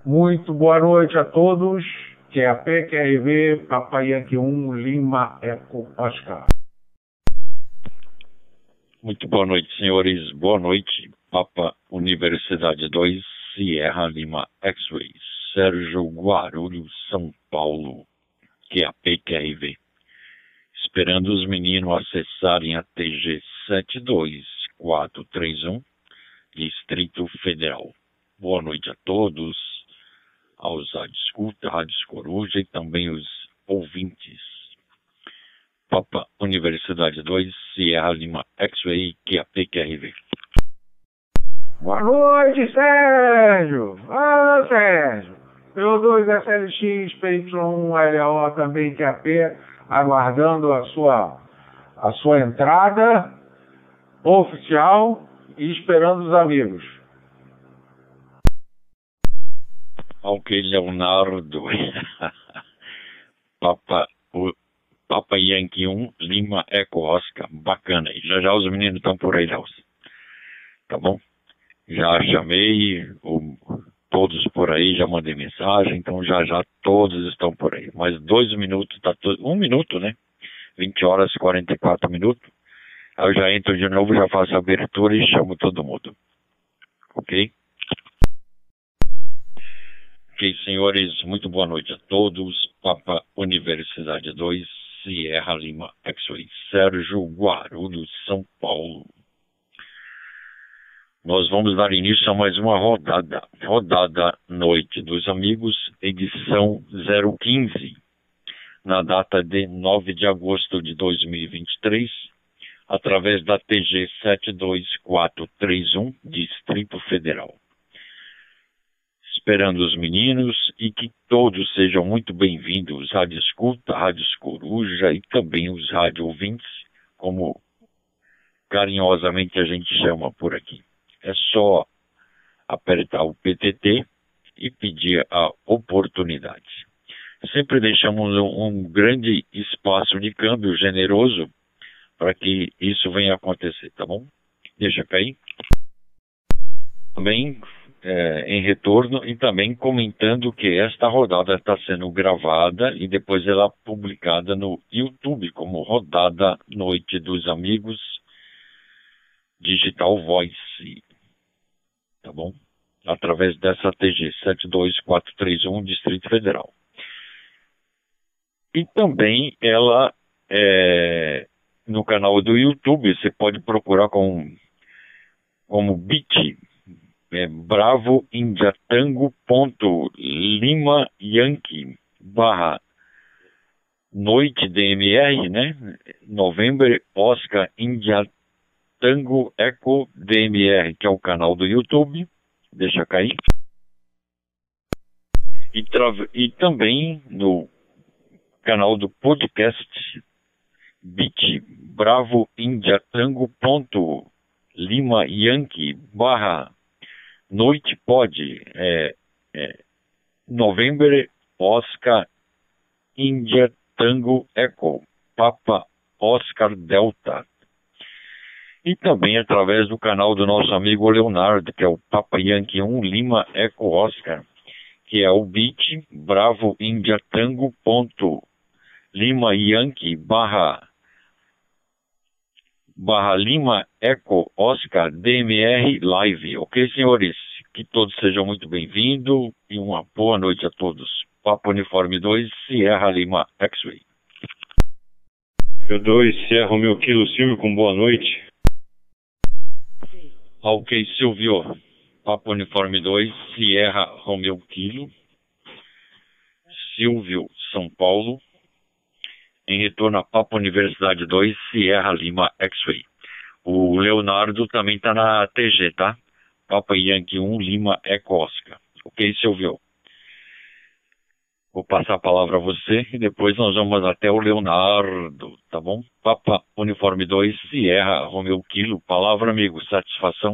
Muito boa noite a todos. QAP, QRV, Papai Yankee 1, Lima, Eco, Oscar. Muito boa noite, senhores. Boa noite. Papa Universidade 2, Sierra Lima X-Ray, Sérgio Guarulhos, São Paulo, QAP, QRV. Esperando os meninos acessarem a TG 72431, Distrito Federal. Boa noite a todos, aos Rádio Escuta, Rádios Coruja e também os ouvintes. Papa Universidade 2, Sierra Lima X-Ray, QAP, QRV. Boa noite, Sérgio. Fala, Sérgio. P2SLX, PY1LO também QAP, aguardando a sua entrada oficial e esperando os amigos. Ok, Leonardo. Papa Yankee 1, Lima, Eco, Oscar. Bacana aí. Já os meninos estão por aí, Léo. Tá bom? Já chamei todos por aí, já mandei mensagem, então já todos estão por aí. Mais 2 minutos, tá 1 minuto, né? 20 horas e 44 minutos. Aí eu já entro de novo, já faço a abertura e chamo todo mundo. Ok? Ok, senhores, muito boa noite a todos. Papa Universidade 2, Sierra Lima X-Ray, Sérgio Guarulhos, São Paulo. Nós vamos dar início a mais uma rodada Noite dos Amigos, edição 015, na data de 9 de agosto de 2023, através da TG 72431, Distrito Federal. Esperando os meninos e que todos sejam muito bem-vindos, Rádio Escuta, Rádios Coruja e também os rádio ouvintes, como carinhosamente a gente chama por aqui. É só apertar o PTT e pedir a oportunidade. Sempre deixamos um grande espaço de câmbio generoso para que isso venha acontecer, tá bom? Deixa cair. Também em retorno e também comentando que esta rodada está sendo gravada e depois ela publicada no YouTube como Rodada Noite dos Amigos Digital Voice. Tá bom? Através dessa TG 72431, Distrito Federal. E também ela no canal do YouTube, você pode procurar como bit, Bravo India Tango Lima Yankee Noite DMR, né? November Oscar India Tango Eco DMR, que é o canal do YouTube, deixa cair. E também no canal do podcast bit Bravo India Tango Lima Yankee Noite Pod November Oscar India Tango Eco Papa Oscar Delta. E também através do canal do nosso amigo Leonardo, que é o Papa Yankee 1 Lima Eco Oscar, que é o bit Bravo India Tango Lima Yankee Lima Eco Oscar DMR Live. Ok, senhores? Que todos sejam muito bem-vindos e uma boa noite a todos. Papa Uniforme 2, Sierra Lima X-Ray. P2, Sierra Romeo Kilo Silvio, com boa noite. Ok, Silvio. Papa Uniforme 2, Sierra Romeo Kilo. Silvio, São Paulo. Em retorno a Papa Universidade 2, Sierra Lima X-Ray. O Leonardo também está na TG, tá? Papa Yankee 1, Lima Eco Oscar. Ok, Silvio? Vou passar a palavra a você e depois nós vamos até o Leonardo, tá bom? Papa Uniforme 2, Sierra Romeo Kilo. Palavra, amigo. Satisfação.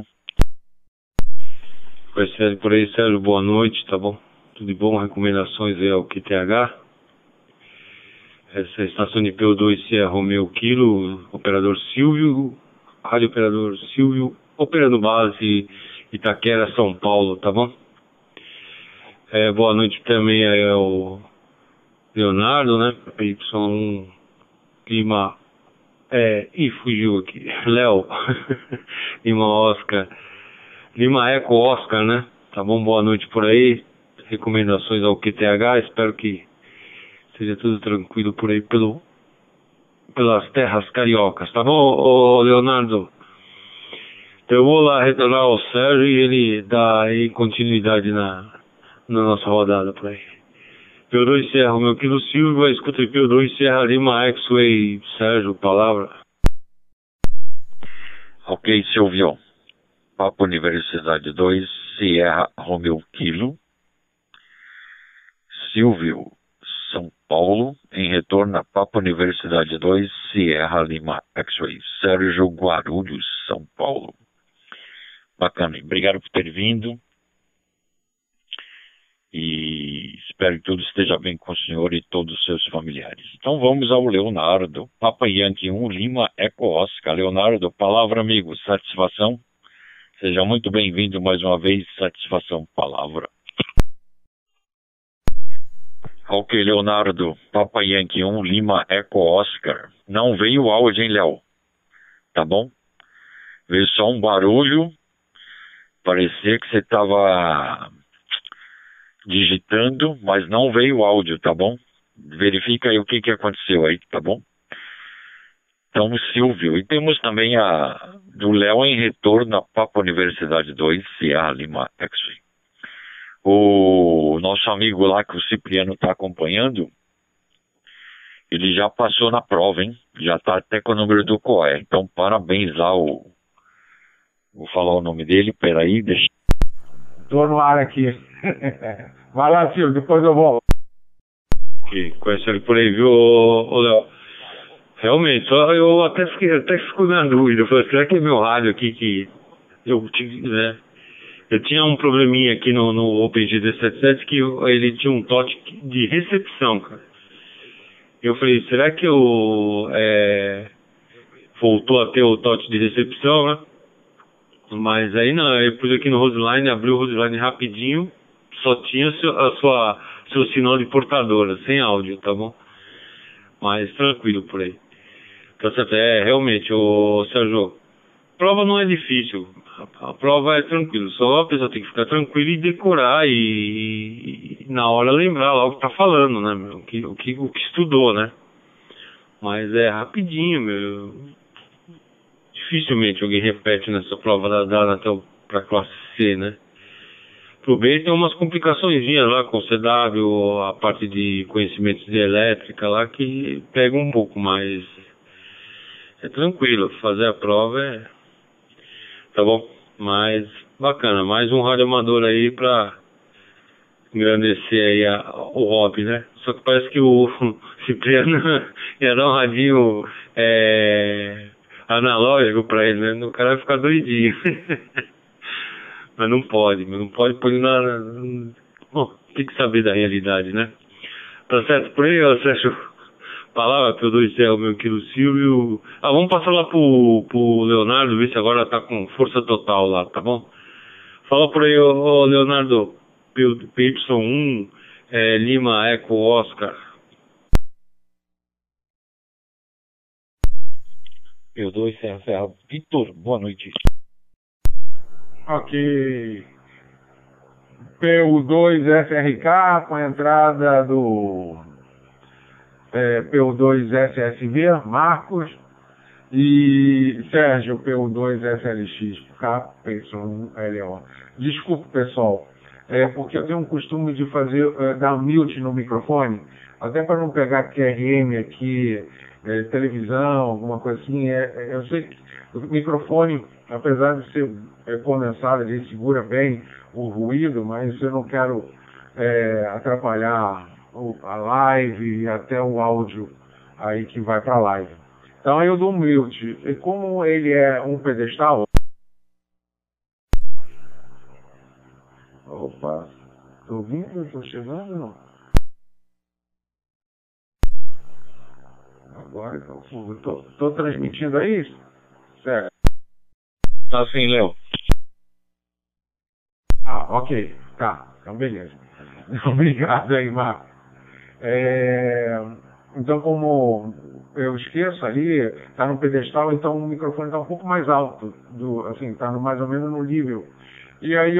Oi, Sérgio, por aí, Sérgio, boa noite, tá bom? Tudo de bom? Recomendações aí ao QTH. Essa é a estação de P2, Sierra Romeo Kilo, operador Silvio, rádio operador Silvio, operando base Itaquera, São Paulo, tá bom? Boa noite também aí ao Leonardo, né? PY1 Lima. Ih, fugiu aqui. Léo. Lima Oscar. Lima Eco Oscar, né? Tá bom? Boa noite por aí. Recomendações ao QTH. Espero que seja tudo tranquilo por aí pelas terras cariocas, tá bom, ô Leonardo? Eu vou lá retornar ao Sérgio e ele dá aí continuidade na nossa rodada por aí. P2 Serra, o meu quilo Silva, escuta P2 Serra Lima X-Way, Sérgio, palavra. Ok, Silvio. Papo Universidade 2, Sierra Romeu Kilo. Silvio, São Paulo, em retorno a Papo Universidade 2, Sierra Lima X-Ray. Sérgio, Guarulhos, São Paulo. Bacana, obrigado por ter vindo. E espero que tudo esteja bem com o senhor e todos os seus familiares. Então vamos ao Leonardo, Papa Yankee 1, Lima Eco Oscar. Leonardo, palavra amigo, satisfação. Seja muito bem-vindo mais uma vez, satisfação, palavra. Ok, Leonardo, Papa Yankee 1, Lima Eco Oscar. Não veio áudio, hein, Léo? Tá bom? Veio só um barulho. Parecia que você estava digitando, mas não veio áudio, tá bom? Verifica aí o que aconteceu aí, tá bom? Então, Silvio. E temos também a do Léo em retorno à Papa Universidade 2, Sierra Lima X-Ray. O nosso amigo lá que o Cipriano está acompanhando, ele já passou na prova, hein? Já está até com o número do COE. Então, parabéns lá. Vou falar o nome dele, peraí, deixa. Tô no ar aqui. Vai lá, Silvio, depois eu volto. Ok, conhece ele por aí, viu, ô Léo? Realmente, eu até fico na dúvida. Eu falei, será que é meu rádio aqui que eu tive, né? Eu tinha um probleminha aqui no OpenGD77 que ele tinha um toque de recepção, cara. Eu falei, será que voltou a ter o toque de recepção, né? Mas aí não, eu pus aqui no Roseline, abriu o Roseline rapidinho, só tinha seu sinal de portadora, sem áudio, tá bom? Mas tranquilo por aí. Então, realmente, ô Sérgio, a prova não é difícil, a prova é tranquilo, só a pessoa tem que ficar tranquila e decorar e na hora lembrar lá o que tá falando, né, meu? O que estudou, né? Mas é rapidinho, meu. Dificilmente alguém repete nessa prova até pra classe C, né? Pro B tem umas complicaçõezinhas lá com o CW, a parte de conhecimentos de elétrica lá que pega um pouco, mas é tranquilo, fazer a prova tá bom, mas bacana, mais um rádio amador aí pra engrandecer aí o hobby, né? Só que parece que o Cipriano ia dar um radinho analógico pra ele, né? O cara vai ficar doidinho. Mas não pode pôr bom, tem que saber da realidade, né? Tá certo por aí, ó, Sérgio? Palavra P2 é o meu quilo Silvio. Vamos passar lá pro Leonardo, ver se agora tá com força total lá, tá bom? Fala por aí, ô Leonardo, PY1, Lima Eco Oscar. P2 Serra, Vitor, boa noite. Ok. PU2 FRK com a entrada do PU2 SSV, Marcos, e Sérgio, PU2 SLX, KPY1 LO. Desculpa, pessoal, porque eu tenho um costume de dar mute no microfone, até para não pegar QRM aqui, televisão, alguma coisa assim. Eu sei que o microfone, apesar de ser condensado, ele segura bem o ruído, mas eu não quero atrapalhar a live e até o áudio aí que vai para a live. Então eu dou um mute. E como ele é um pedestal... Opa, tô vindo, tô chegando, não? Agora eu tô transmitindo aí? Certo. Tá sim, Léo. Ok, tá. Então, beleza. Obrigado aí, Marco. Então, como eu esqueço ali, está no pedestal, então o microfone está um pouco mais alto, está mais ou menos no nível. E aí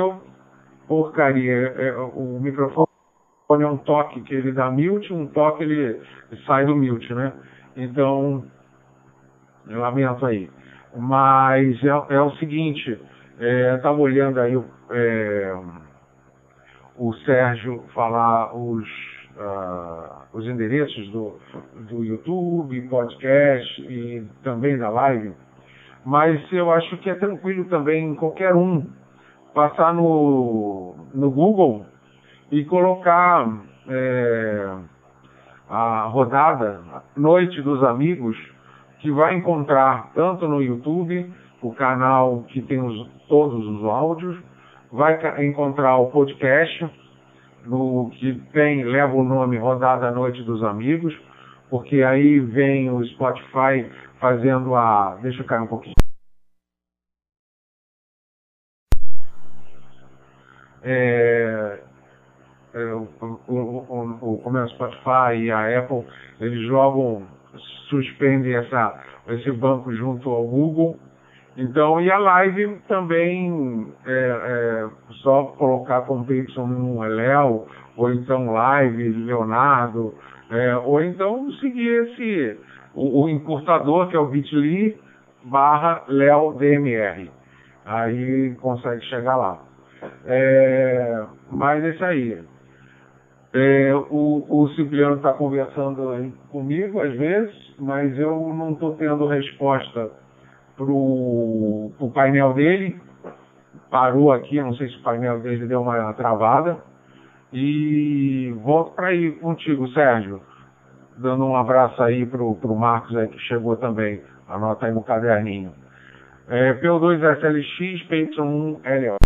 o microfone é um toque que ele dá mute, um toque ele sai do mute, né? Então, eu lamento aí. Mas é o seguinte, eu estava olhando aí o Sérgio falar os endereços do YouTube, podcast e também da live, mas eu acho que é tranquilo também qualquer um passar no Google e colocar a rodada Noite dos Amigos, que vai encontrar tanto no YouTube, o canal que tem todos os áudios, vai encontrar o podcast, que leva o nome Rodada Noite dos Amigos, porque aí vem o Spotify fazendo deixa eu cair um pouquinho. Como é o Spotify e a Apple, eles suspendem esse banco junto ao Google. Então, e a live também só colocar como PY1 é Léo, ou então live Leonardo, ou então seguir o encurtador, que é o bit.ly /LeoDMR. Aí consegue chegar lá. Mas é isso aí. O Cipriano está conversando aí comigo às vezes, mas eu não estou tendo resposta pro painel dele. Parou aqui, não sei se o painel dele deu uma travada. E volto para aí contigo, Sérgio. Dando um abraço aí pro Marcos aí, que chegou também. Anota aí no caderninho. P2SLX, PY1LO.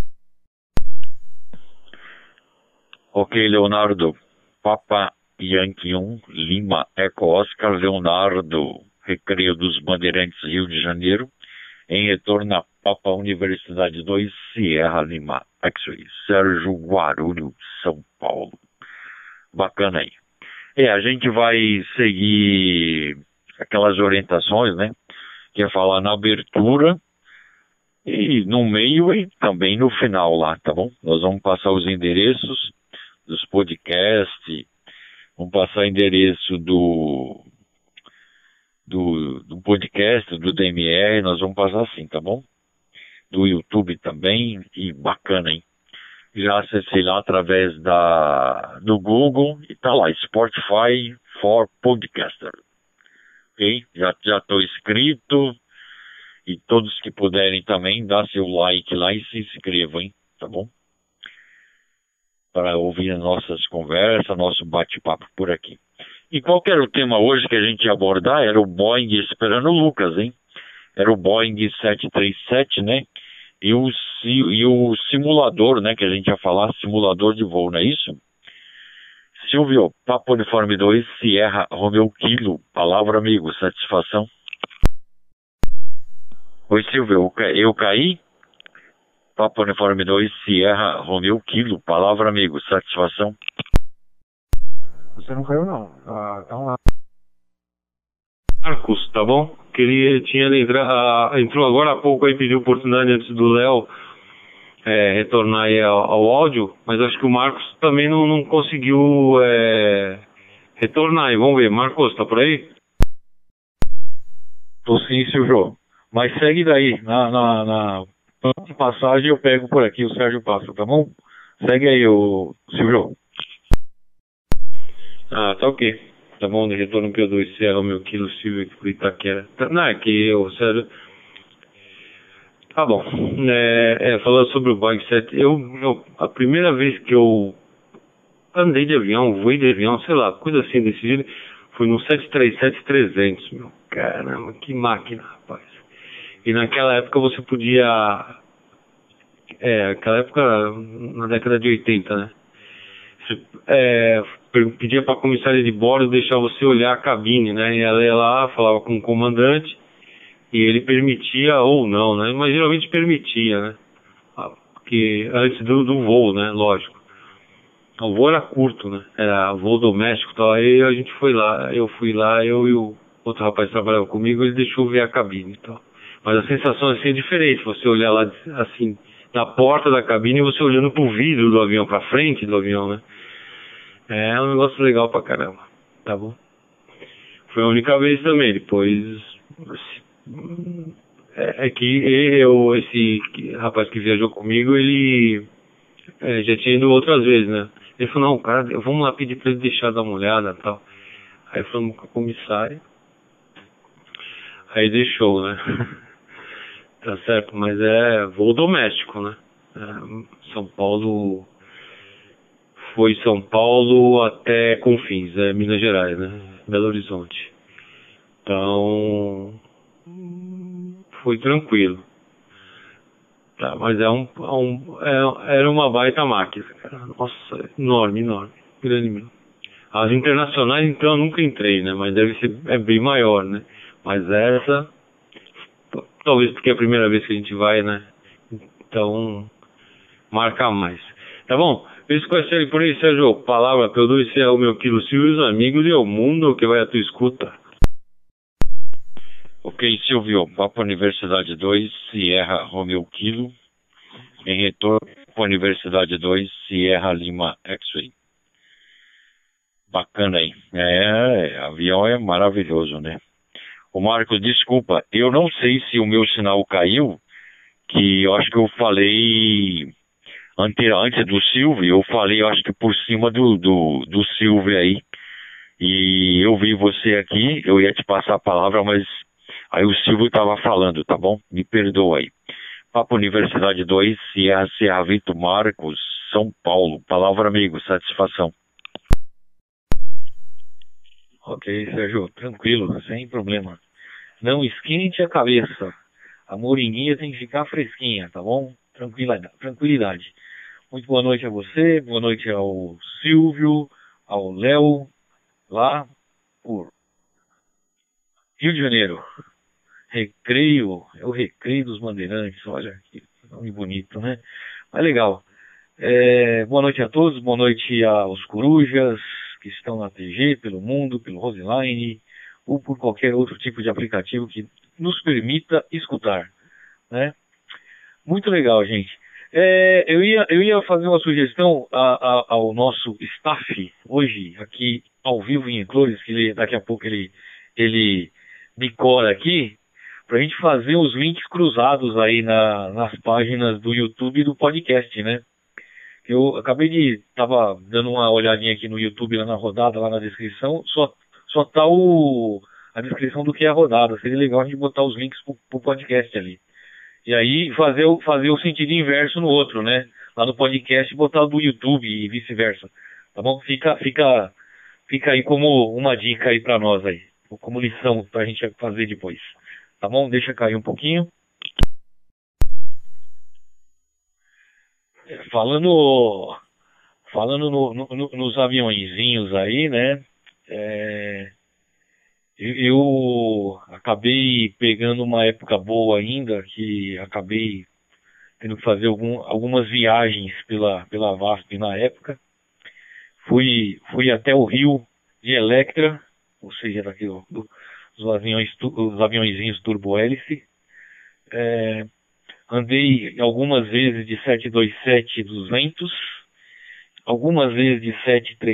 Ok, Leonardo. Papa Yankee 1, Lima, Eco Oscar, Leonardo, Recreio dos Bandeirantes, Rio de Janeiro, em retorno a Papa Universidade 2, Sierra Lima, X-Ray, Sérgio Guarulhos, São Paulo. Bacana aí. A gente vai seguir aquelas orientações, né? Que é falar na abertura e no meio e também no final lá, tá bom? Nós vamos passar os endereços dos podcasts, vamos passar o endereço do podcast, do DMR, nós vamos passar assim, tá bom? Do YouTube também, e bacana, hein? Já acessei lá através do Google e tá lá, Spotify for Podcaster. Ok? Já estou inscrito, e todos que puderem também, dá seu like lá e se inscrevam, hein? Tá bom? Para ouvir as nossas conversas, nosso bate-papo por aqui. E qual que era o tema hoje que a gente ia abordar? Era o Boeing esperando o Lucas, hein? Era o Boeing 737, né? E o simulador, né? Que a gente ia falar, simulador de voo, não é isso? Silvio, Papa Uniforme 2, Sierra, Romeu Kilo. Palavra, amigo, satisfação. Oi, Silvio, eu caí? Papa Uniforme 2, Sierra, Romeu Kilo. Palavra, amigo, satisfação. Você não caiu, não. Tá lá. Marcos, tá bom? Que ele entrou agora há pouco aí, pediu oportunidade antes do Léo retornar aí ao áudio, mas acho que o Marcos também não conseguiu retornar aí. Vamos ver. Marcos, tá por aí? Tô sim, Silvio. Mas segue daí. Na passagem eu pego por aqui, o Sérgio passa, tá bom? Segue aí, o Silvio. Tá ok. Tá bom, de retorno P2 Serra, meu quilo Silvio aqui por Itaquera. Não, é que eu, Sérgio... Tá bom. Falando sobre o Boeing 7, a primeira vez que eu andei de avião, voei de avião, sei lá, coisa assim desse jeito, foi no 737-300, meu. Caramba, que máquina, rapaz. E naquela época você podia... aquela época, na década de 80, né? Pedia para a comissária de bordo deixar você olhar a cabine, né? E ela ia lá, falava com o comandante e ele permitia ou não, né? Mas geralmente permitia, né? Porque antes do voo, né? Lógico. O voo era curto, né? Era voo doméstico e tal. Aí a gente foi lá, eu e o outro rapaz que trabalhava comigo, ele deixou ver a cabine e tal. Mas a sensação assim é diferente, você olhar lá assim, na porta da cabine e você olhando pro vidro do avião, pra frente do avião, né? É um negócio legal pra caramba, tá bom? Foi a única vez também, depois... É que esse rapaz que viajou comigo, ele já tinha ido outras vezes, né? Ele falou, não, cara, vamos lá pedir pra ele deixar dar uma olhada e tal. Aí falamos com a comissária, aí deixou, né? Tá certo, mas é voo doméstico, né? São Paulo... Foi São Paulo até Confins, Minas Gerais, né? Belo Horizonte. Então... Foi tranquilo. Tá, mas era uma baita máquina, cara. Nossa, enorme, grande mesmo. As internacionais, então, eu nunca entrei, né? Mas deve ser bem maior, né? Mas essa, talvez porque é a primeira vez que a gente vai, né? Então, marca mais. Tá bom? Isso com a série por aí, Sérgio. Palavra P2, é o meu quilo Silvio, os amigos e o mundo que vai à tua escuta. Ok, Silvio, Papo Universidade 2, Sierra Romeo Kilo, em retorno, Papo Universidade 2, Sierra Lima X-Ray. Bacana aí. Avião é maravilhoso, né? Ô Marcos, desculpa, eu não sei se o meu sinal caiu, que eu acho que eu falei antes do Silvio, eu falei, eu acho que por cima do Silvio aí, e eu vi você aqui, eu ia te passar a palavra, mas aí o Silvio estava falando, tá bom? Me perdoa aí. Papo Universidade 2, Sierra Vitor Marcos, São Paulo. Palavra amigo, satisfação. Ok, Sérgio, tranquilo, sem problema. Não esquente a cabeça. A moringuinha tem que ficar fresquinha, tá bom? Tranquilidade. Muito boa noite a você, boa noite ao Silvio, ao Léo, lá por Rio de Janeiro. Recreio, é o Recreio dos Bandeirantes, olha que nome bonito, né? Mas legal. Boa noite a todos, boa noite aos corujas que estão na TG, pelo mundo, pelo Roseline, ou por qualquer outro tipo de aplicativo que nos permita escutar, né? Muito legal, gente. Eu ia fazer uma sugestão ao nosso staff hoje, aqui ao vivo em Eclores, que daqui a pouco ele bicora aqui, pra gente fazer os links cruzados aí nas páginas do YouTube e do podcast, né? Eu tava dando uma olhadinha aqui no YouTube, lá na rodada, lá na descrição, só tá a descrição do que é a rodada. Seria legal a gente botar os links pro podcast ali. E aí fazer o sentido inverso no outro, né? Lá no podcast botar o do YouTube e vice-versa. Tá bom? Fica aí como uma dica aí pra nós aí. Como lição pra gente fazer depois. Tá bom? Deixa cair um pouquinho. Falando nos aviõezinhos aí, né? Eu acabei pegando uma época boa ainda, que acabei tendo que fazer algumas viagens pela VASP na época. Fui até o Rio de Electra, ou seja, os aviõezinhos turbo-hélice. Andei algumas vezes de 727-200, algumas vezes de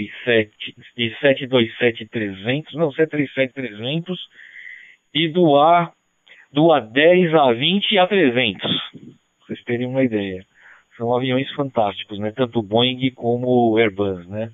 727-300, não, 737-300, e do A10, A20 e A300, pra vocês terem uma ideia. São aviões fantásticos, né? Tanto o Boeing como o Airbus, né?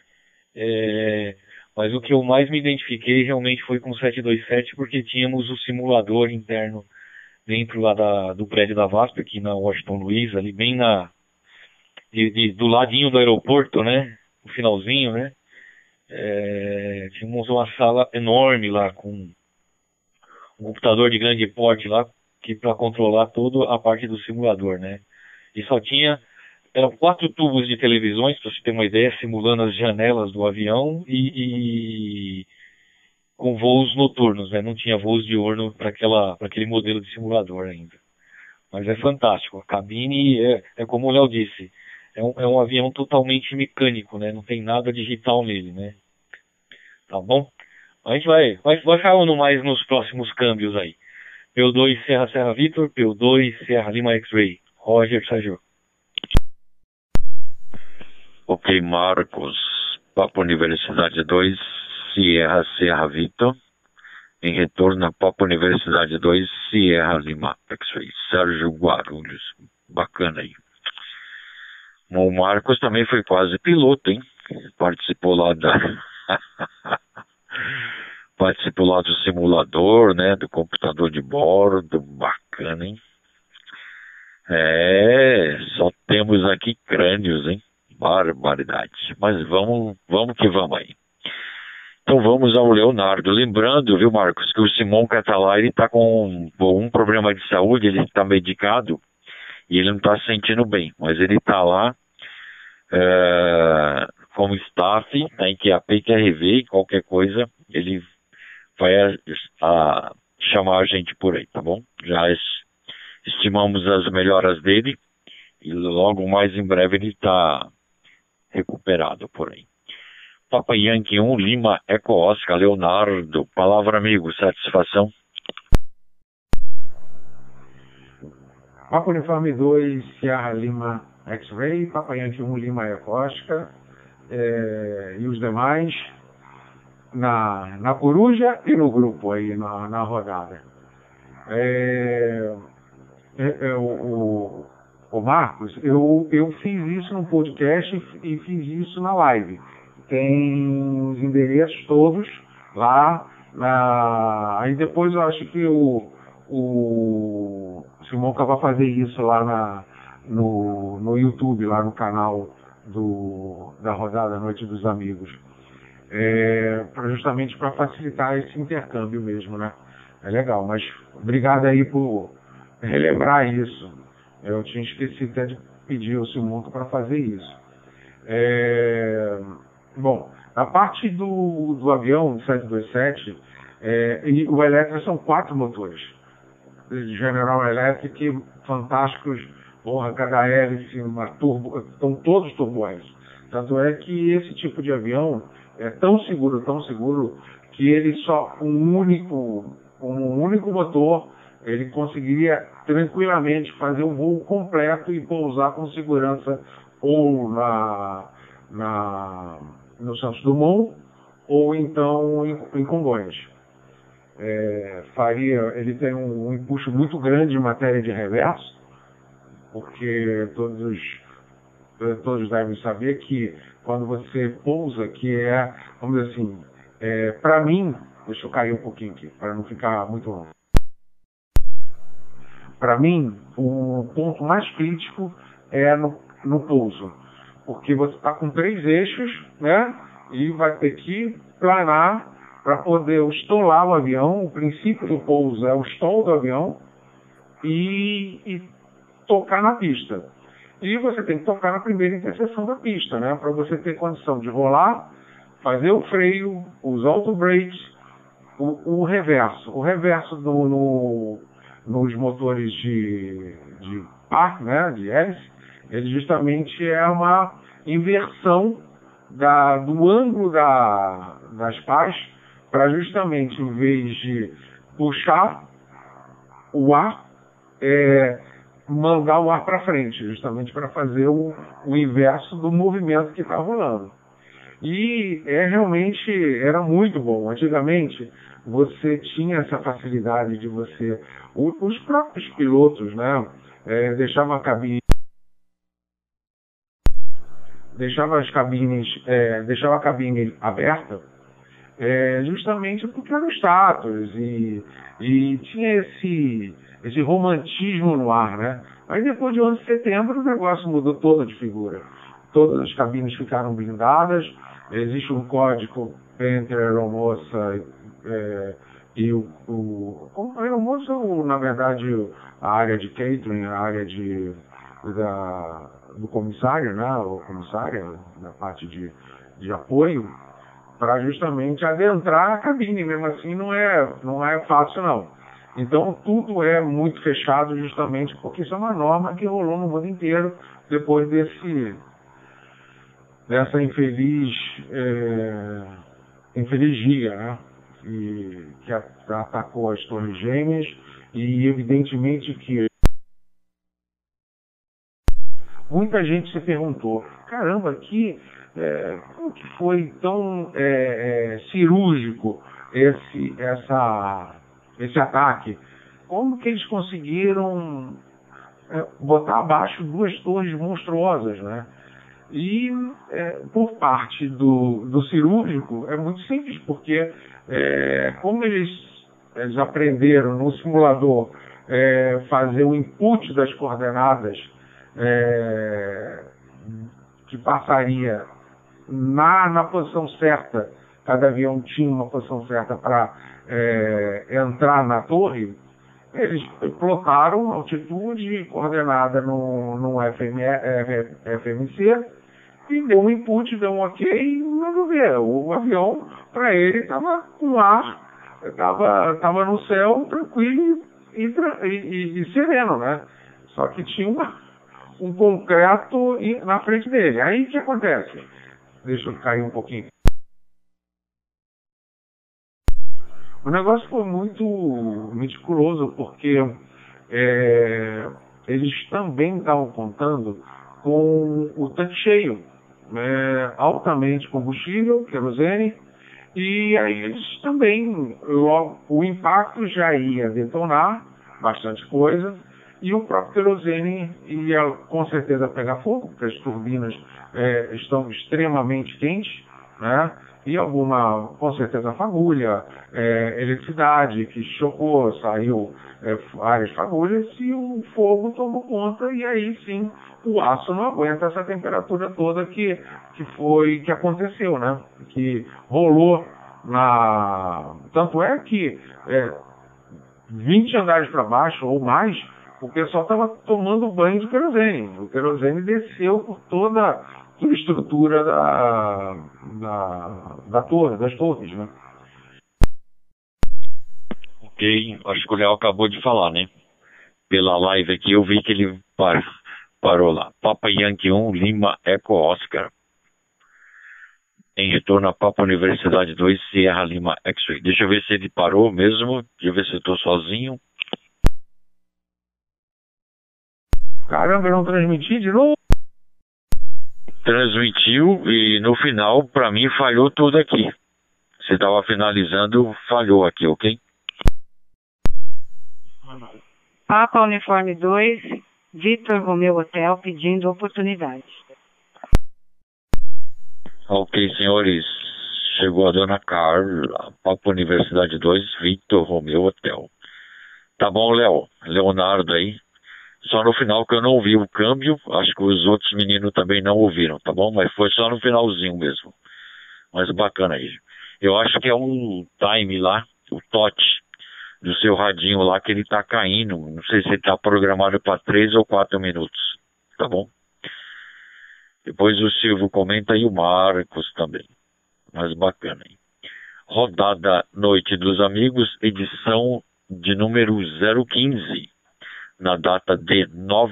Mas o que eu mais me identifiquei realmente foi com o 727, porque tínhamos o simulador interno dentro lá do prédio da VASP, aqui na Washington Luiz, ali bem do ladinho do aeroporto, né? No finalzinho, né? Tínhamos uma sala enorme lá, com um computador de grande porte lá, que para controlar toda a parte do simulador, né? E eram 4 tubos de televisões, para você ter uma ideia, simulando as janelas do avião e com voos noturnos, né? Não tinha voos diurno para aquele modelo de simulador ainda. Mas é fantástico. A cabine é como o Léo disse, é um avião totalmente mecânico, né? Não tem nada digital nele, né? Tá bom? A gente vai falando mais nos próximos câmbios aí. P2 Serra Victor, P2 Serra Lima X-Ray. Roger, Sérgio. Ok, Marcos. Papa Universidade 2, Serra Victor. Em retorno a Papa Universidade 2, Sierra Lima X-Ray. Sérgio Guarulhos. Bacana aí. O Marcos também foi quase piloto, hein? Participou lá Participou lá do simulador, né? Do computador de bordo. Bacana, hein? Só temos aqui crânios, hein? Barbaridade. Mas vamos que vamos aí. Então vamos ao Leonardo. Lembrando, viu, Marcos, que o Simonca tá lá, ele tá com um problema de saúde, ele tá medicado e ele não tá se sentindo bem, mas ele tá lá como staff, tá em QAP e QRV, qualquer coisa, ele vai chamar a gente por aí, tá bom? Já estimamos as melhoras dele e logo mais em breve ele tá recuperado por aí. Papa Yankee 1, Lima, Eco Oscar, Leonardo. Palavra, amigo, satisfação. Papa Uniforme 2, Sierra Lima X-Ray, Papa Yankee 1, Lima, Eco Oscar, e os demais na coruja e no grupo aí, na rodada. O Marcos, eu fiz isso no podcast e fiz isso na live. Tem os endereços todos lá. Aí depois eu acho que o Simonca vai fazer isso lá no YouTube, lá no canal da Rodada Noite dos Amigos. Justamente para facilitar esse intercâmbio mesmo, né? É legal, mas obrigado aí por relembrar isso. Eu tinha esquecido até de pedir ao Simonca para fazer isso. Bom, a parte do avião 727, e o Electra são 4 motores. General Electric, fantásticos, porra, KHL, uma turbo, estão todos turbohélices. Tanto é que esse tipo de avião é tão seguro, que ele só com um único motor, ele conseguiria tranquilamente fazer o voo completo e pousar com segurança ou no Santos Dumont ou então em Congonhas. Ele tem um empuxo muito grande em matéria de reverso, porque todos devem saber que quando você pousa, vamos dizer assim, para mim, deixa eu cair um pouquinho aqui, para não ficar muito longo. Para mim, o ponto mais crítico é no pouso, porque você está com 3 eixos, né? E vai ter que planar para poder estolar o avião. O princípio do pouso é o stall do avião e tocar na pista. E você tem que tocar na primeira interseção da pista, né? Para você ter condição de rolar, fazer o freio, os auto-brakes, o reverso. O reverso nos motores de par, né? De hélice, ele justamente é uma inversão do ângulo das pás, para justamente, em vez de puxar o ar, mandar o ar para frente, justamente para fazer o inverso do movimento que está rolando. E realmente era muito bom. Antigamente você tinha essa facilidade de os próprios pilotos, né, deixava a cabine aberta, justamente porque era o status e tinha esse romantismo no ar, né? Aí depois de 11 de setembro o negócio mudou todo de figura. Todas as cabines ficaram blindadas, existe um código entre a aeromoça e a aeromoça, na verdade, a área de catering, a área do comissário, né? O comissário, na parte de apoio, para justamente adentrar a cabine. Mesmo assim não é fácil, não. Então tudo é muito fechado, justamente porque isso é uma norma que rolou no mundo inteiro depois dessa infeliz dia, né? Que atacou as Torres Gêmeas, e evidentemente que muita gente se perguntou, caramba, como que foi tão cirúrgico esse ataque? Como que eles conseguiram botar abaixo duas torres monstruosas, né? E por parte do cirúrgico é muito simples, porque como eles aprenderam no simulador fazer o input das coordenadas que passaria na posição certa, cada avião tinha uma posição certa para entrar na torre, eles plotaram altitude coordenada no FMC e deu um input, deu um ok e mandou ver. O avião, para ele, estava com ar, estava no céu tranquilo e sereno, né? Só que tinha um concreto na frente dele. Aí o que acontece? Deixa eu cair um pouquinho. O negócio foi muito meticuloso, porque eles também estavam contando com o tanque cheio, altamente combustível, querosene, e aí eles também, o impacto já ia detonar bastante coisa, e o próprio querosene ia com certeza pegar fogo, porque as turbinas estão extremamente quentes, né? E com certeza, fagulha, eletricidade que chocou, saiu várias fagulhas e o fogo tomou conta, e aí sim o aço não aguenta essa temperatura toda que aconteceu, né? Que rolou tanto é que 20 andares para baixo ou mais, o pessoal estava tomando banho de querosene. O querosene desceu por toda a estrutura das torres, né? Ok, acho que o Léo acabou de falar, né? Pela live aqui eu vi que ele parou lá. Papa Yankee 1, Lima Eco Oscar. Em retorno a Papa Universidade 2, Sierra Lima X-Ray. Deixa eu ver se ele parou mesmo. Deixa eu ver se eu estou sozinho. Caramba, eu não transmiti de novo? Transmitiu e no final, para mim, falhou tudo aqui. Você estava finalizando, falhou aqui, ok? Papa Uniforme 2, Victor Romeu Hotel pedindo oportunidade. Ok, senhores. Chegou a dona Carla, Papa Universidade 2, Victor Romeu Hotel. Tá bom, Léo? Leonardo aí. Só no final que eu não ouvi o câmbio, acho que os outros meninos também não ouviram, tá bom? Mas foi só no finalzinho mesmo. Mas bacana aí. Eu acho que é um time lá, o TOT do seu radinho lá, que ele tá caindo. Não sei se ele tá programado para 3 ou 4 minutos, tá bom? Depois o Silvio comenta e o Marcos também. Mas bacana aí. Rodada Noite dos Amigos, edição de número 015. Na data de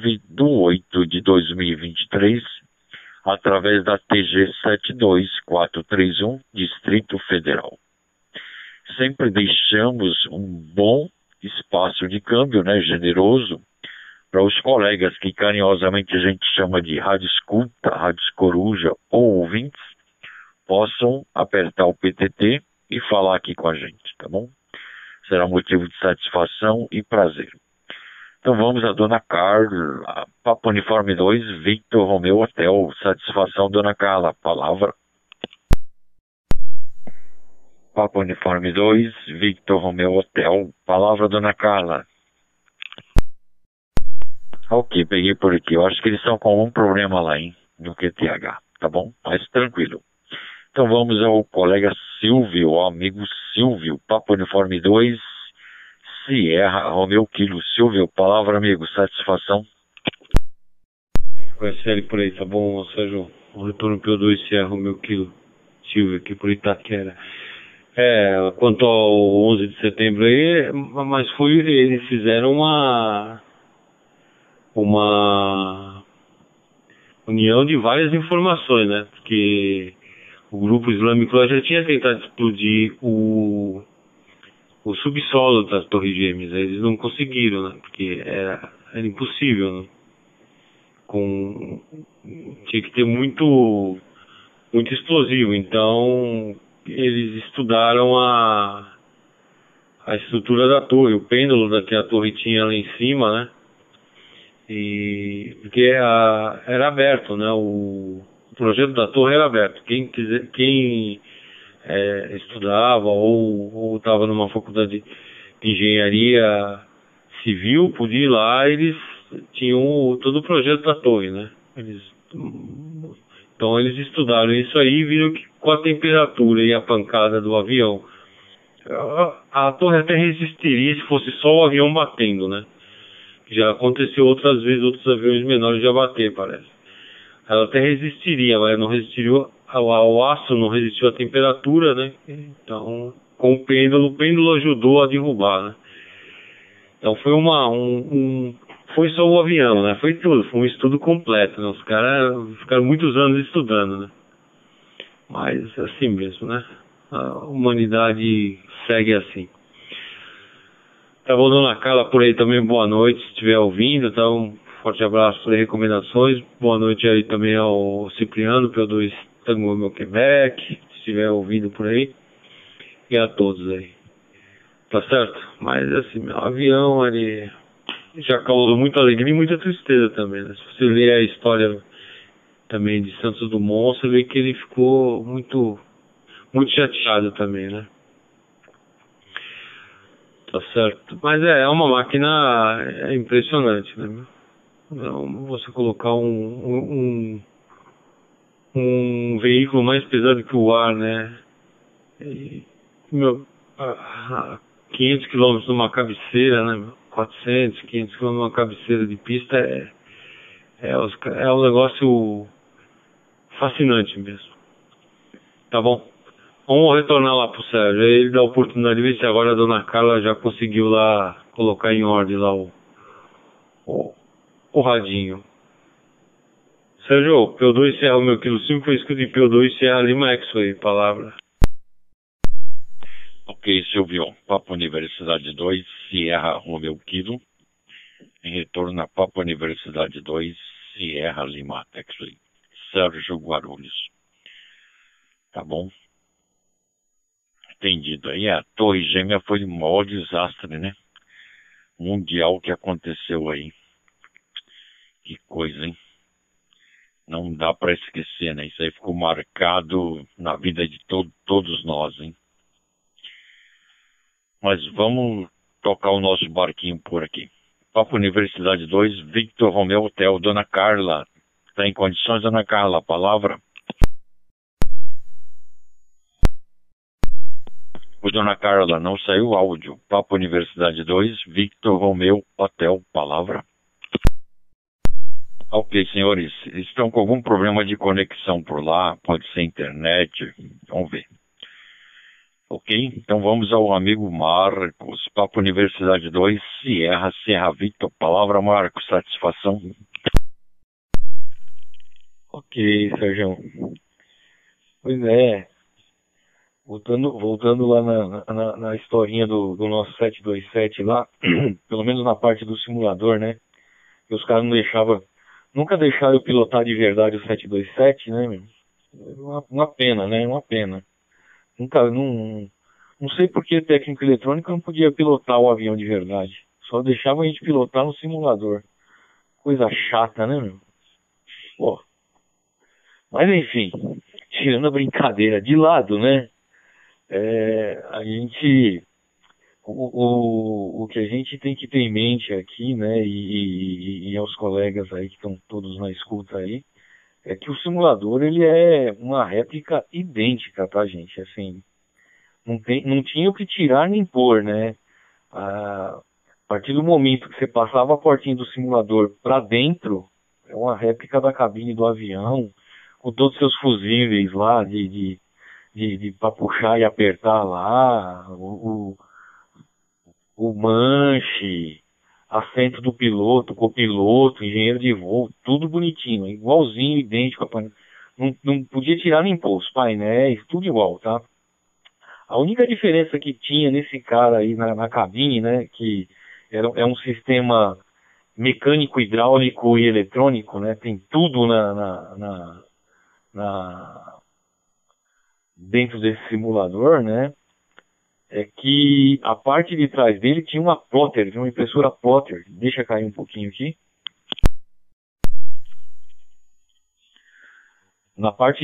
9/8/2023, através da TG 72431, Distrito Federal. Sempre deixamos um bom espaço de câmbio, né, generoso, para os colegas que carinhosamente a gente chama de rádio escuta, rádio coruja ou ouvintes, possam apertar o PTT e falar aqui com a gente, tá bom? Será motivo de satisfação e prazer. Então vamos a Dona Carla, Papa Uniforme 2, Victor Romeu Hotel. Satisfação, Dona Carla. Palavra. Papa Uniforme 2, Victor Romeu Hotel. Palavra, Dona Carla. Ok, peguei por aqui. Eu acho que eles estão com algum problema lá, hein, no QTH, tá bom? Mas tranquilo. Então vamos ao colega Silvio, ao amigo Silvio, Papa Uniforme 2, Sierra Romeu Kilo. Silvio, palavra, amigo, satisfação. SL por aí, tá bom, Sérgio? O retorno P2 Sierra Romeu Kilo. Silvio, aqui por Itaquera. Quanto ao 11 de setembro aí, mas eles fizeram uma união de várias informações, né? Porque o grupo islâmico lá já tinha tentado explodir o subsolo das Torres Gêmeas. Eles não conseguiram, né? Porque era impossível, né? Tinha que ter muito explosivo. Então eles estudaram a estrutura da torre, o pêndulo que a torre tinha lá em cima, né? Porque era aberto, né? O projeto da torre era aberto. Quem estudava ou estava numa faculdade de engenharia civil podia ir lá. Eles tinham todo o projeto da torre, né? Então eles estudaram isso aí e viram que com a temperatura e a pancada do avião, a torre até resistiria se fosse só o avião batendo, né? Já aconteceu outras vezes, outros aviões menores já bater, parece. Ela até resistiria, mas não resistiria ao aço, não resistiu à temperatura, né? Então, com o pêndulo ajudou a derrubar, né? Então foi foi só o avião, né? Foi tudo, foi um estudo completo, né? Os caras ficaram muitos anos estudando, né? Mas assim mesmo, né? A humanidade segue assim. Tá bom, dona Carla, por aí também, boa noite, se estiver ouvindo, tá? Um forte abraço por aí, recomendações. Boa noite aí também ao Cipriano, P2 Tango Meu Quebec, se estiver ouvindo por aí. E a todos aí. Tá certo? Mas assim, meu avião, ele já causou muita alegria e muita tristeza também, né? Se você ler a história também de Santos Dumont, você vê que ele ficou muito chateado também, né? Tá certo. Mas é uma máquina impressionante, né? Então, você colocar um veículo mais pesado que o ar, né? 500 km numa cabeceira, né? 400, 500 km numa cabeceira de pista é um negócio fascinante mesmo. Tá bom? Vamos retornar lá pro Sérgio. Ele dá a oportunidade de ver se agora a dona Carla já conseguiu lá colocar em ordem lá o radinho. Sérgio, P2 Serra Romeo Kilo 5 foi escrito em P2 Serra Lima X-Ray, palavra. Ok, Silvio. Papa Universidade 2, Sierra Romeo Kilo. Em retorno a Papa Universidade 2, Sierra Lima X-Ray. Sérgio Guarulhos. Tá bom? Entendido. Aí a Torre Gêmea foi um maior desastre, né? Mundial que aconteceu aí. Que coisa, hein? Não dá para esquecer, né? Isso aí ficou marcado na vida de todos nós, hein? Mas vamos tocar o nosso barquinho por aqui. Papa Universidade 2, Victor Romeo Hotel. Dona Carla, está em condições, Dona Carla? A palavra? O Dona Carla, não saiu o áudio. Papa Universidade 2, Victor Romeo Hotel. Palavra? Ok, senhores, estão com algum problema de conexão por lá, pode ser internet, vamos ver. Ok, então vamos ao amigo Marcos, Papa Universidade 2, Serra Victor, palavra Marcos, satisfação. Ok, Sérgio. Pois é, voltando lá na historinha do nosso 727 lá, pelo menos na parte do simulador, né, que os caras nunca deixaram eu pilotar de verdade o 727, né, meu? Uma pena, né? Uma pena. Não sei por que técnico eletrônico não podia pilotar o avião de verdade. Só deixava a gente pilotar no simulador. Coisa chata, né, meu? Pô. Mas enfim, tirando a brincadeira de lado, né? A gente... O que a gente tem que ter em mente aqui, né, e aos colegas aí que estão todos na escuta aí, é que o simulador ele é uma réplica idêntica, tá, gente? Assim, não tinha o que tirar nem pôr, né? A partir do momento que você passava a portinha do simulador para dentro, é uma réplica da cabine do avião, com todos os seus fusíveis lá para puxar e apertar lá, o manche, assento do piloto, copiloto, engenheiro de voo, tudo bonitinho, igualzinho, idêntico. Não podia tirar nem pôr, os painéis, tudo igual, tá? A única diferença que tinha nesse cara aí na cabine, né, que é um sistema mecânico, hidráulico e eletrônico, né, tem tudo dentro desse simulador, né, é que a parte de trás dele tinha uma plotter, tinha uma impressora plotter. Deixa cair um pouquinho aqui. Na parte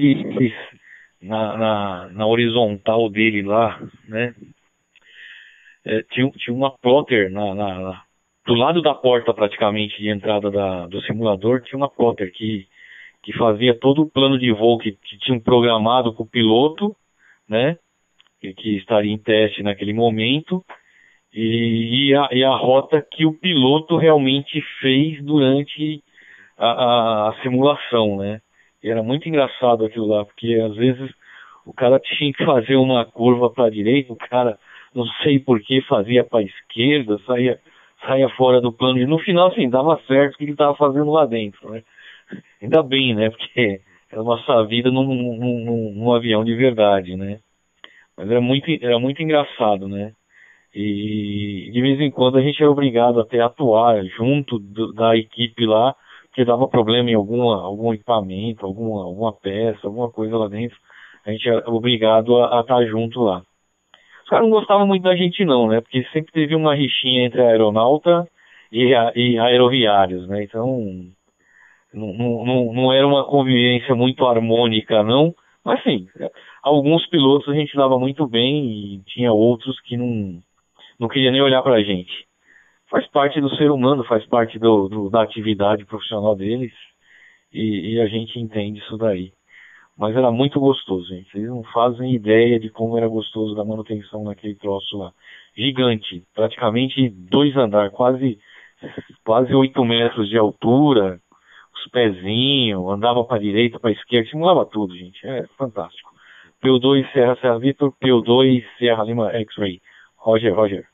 na horizontal dele lá, né, tinha uma plotter do lado da porta praticamente de entrada do simulador, tinha uma plotter que fazia todo o plano de voo que tinham programado com o piloto, né, que estaria em teste naquele momento, e a rota que o piloto realmente fez durante a simulação, né. E era muito engraçado aquilo lá, porque às vezes o cara tinha que fazer uma curva para a direita, o cara, não sei por que, fazia para a esquerda, saía fora do plano, e no final, assim, dava certo o que ele estava fazendo lá dentro, né. Ainda bem, né, porque era a nossa vida num avião de verdade, né. Mas era muito engraçado, né? E de vez em quando a gente era obrigado até a atuar junto da equipe lá, porque dava problema em algum equipamento, alguma peça, alguma coisa lá dentro. A gente era obrigado a estar junto lá. Os caras não gostavam muito da gente não, né? Porque sempre teve uma rixinha entre a aeronauta e aeroviários, né? Então não era uma convivência muito harmônica, não. Mas sim, alguns pilotos a gente dava muito bem e tinha outros que não queria nem olhar pra gente. Faz parte do ser humano, faz parte da atividade profissional deles e a gente entende isso daí. Mas era muito gostoso, gente. Vocês não fazem ideia de como era gostoso da manutenção naquele troço lá. Gigante, praticamente 2 andares, quase 8 metros de altura, os pezinhos, andava para direita, para esquerda, simulava tudo, gente. É fantástico. P2 Serra Vitor, P2 Sierra Lima X-Ray. Roger.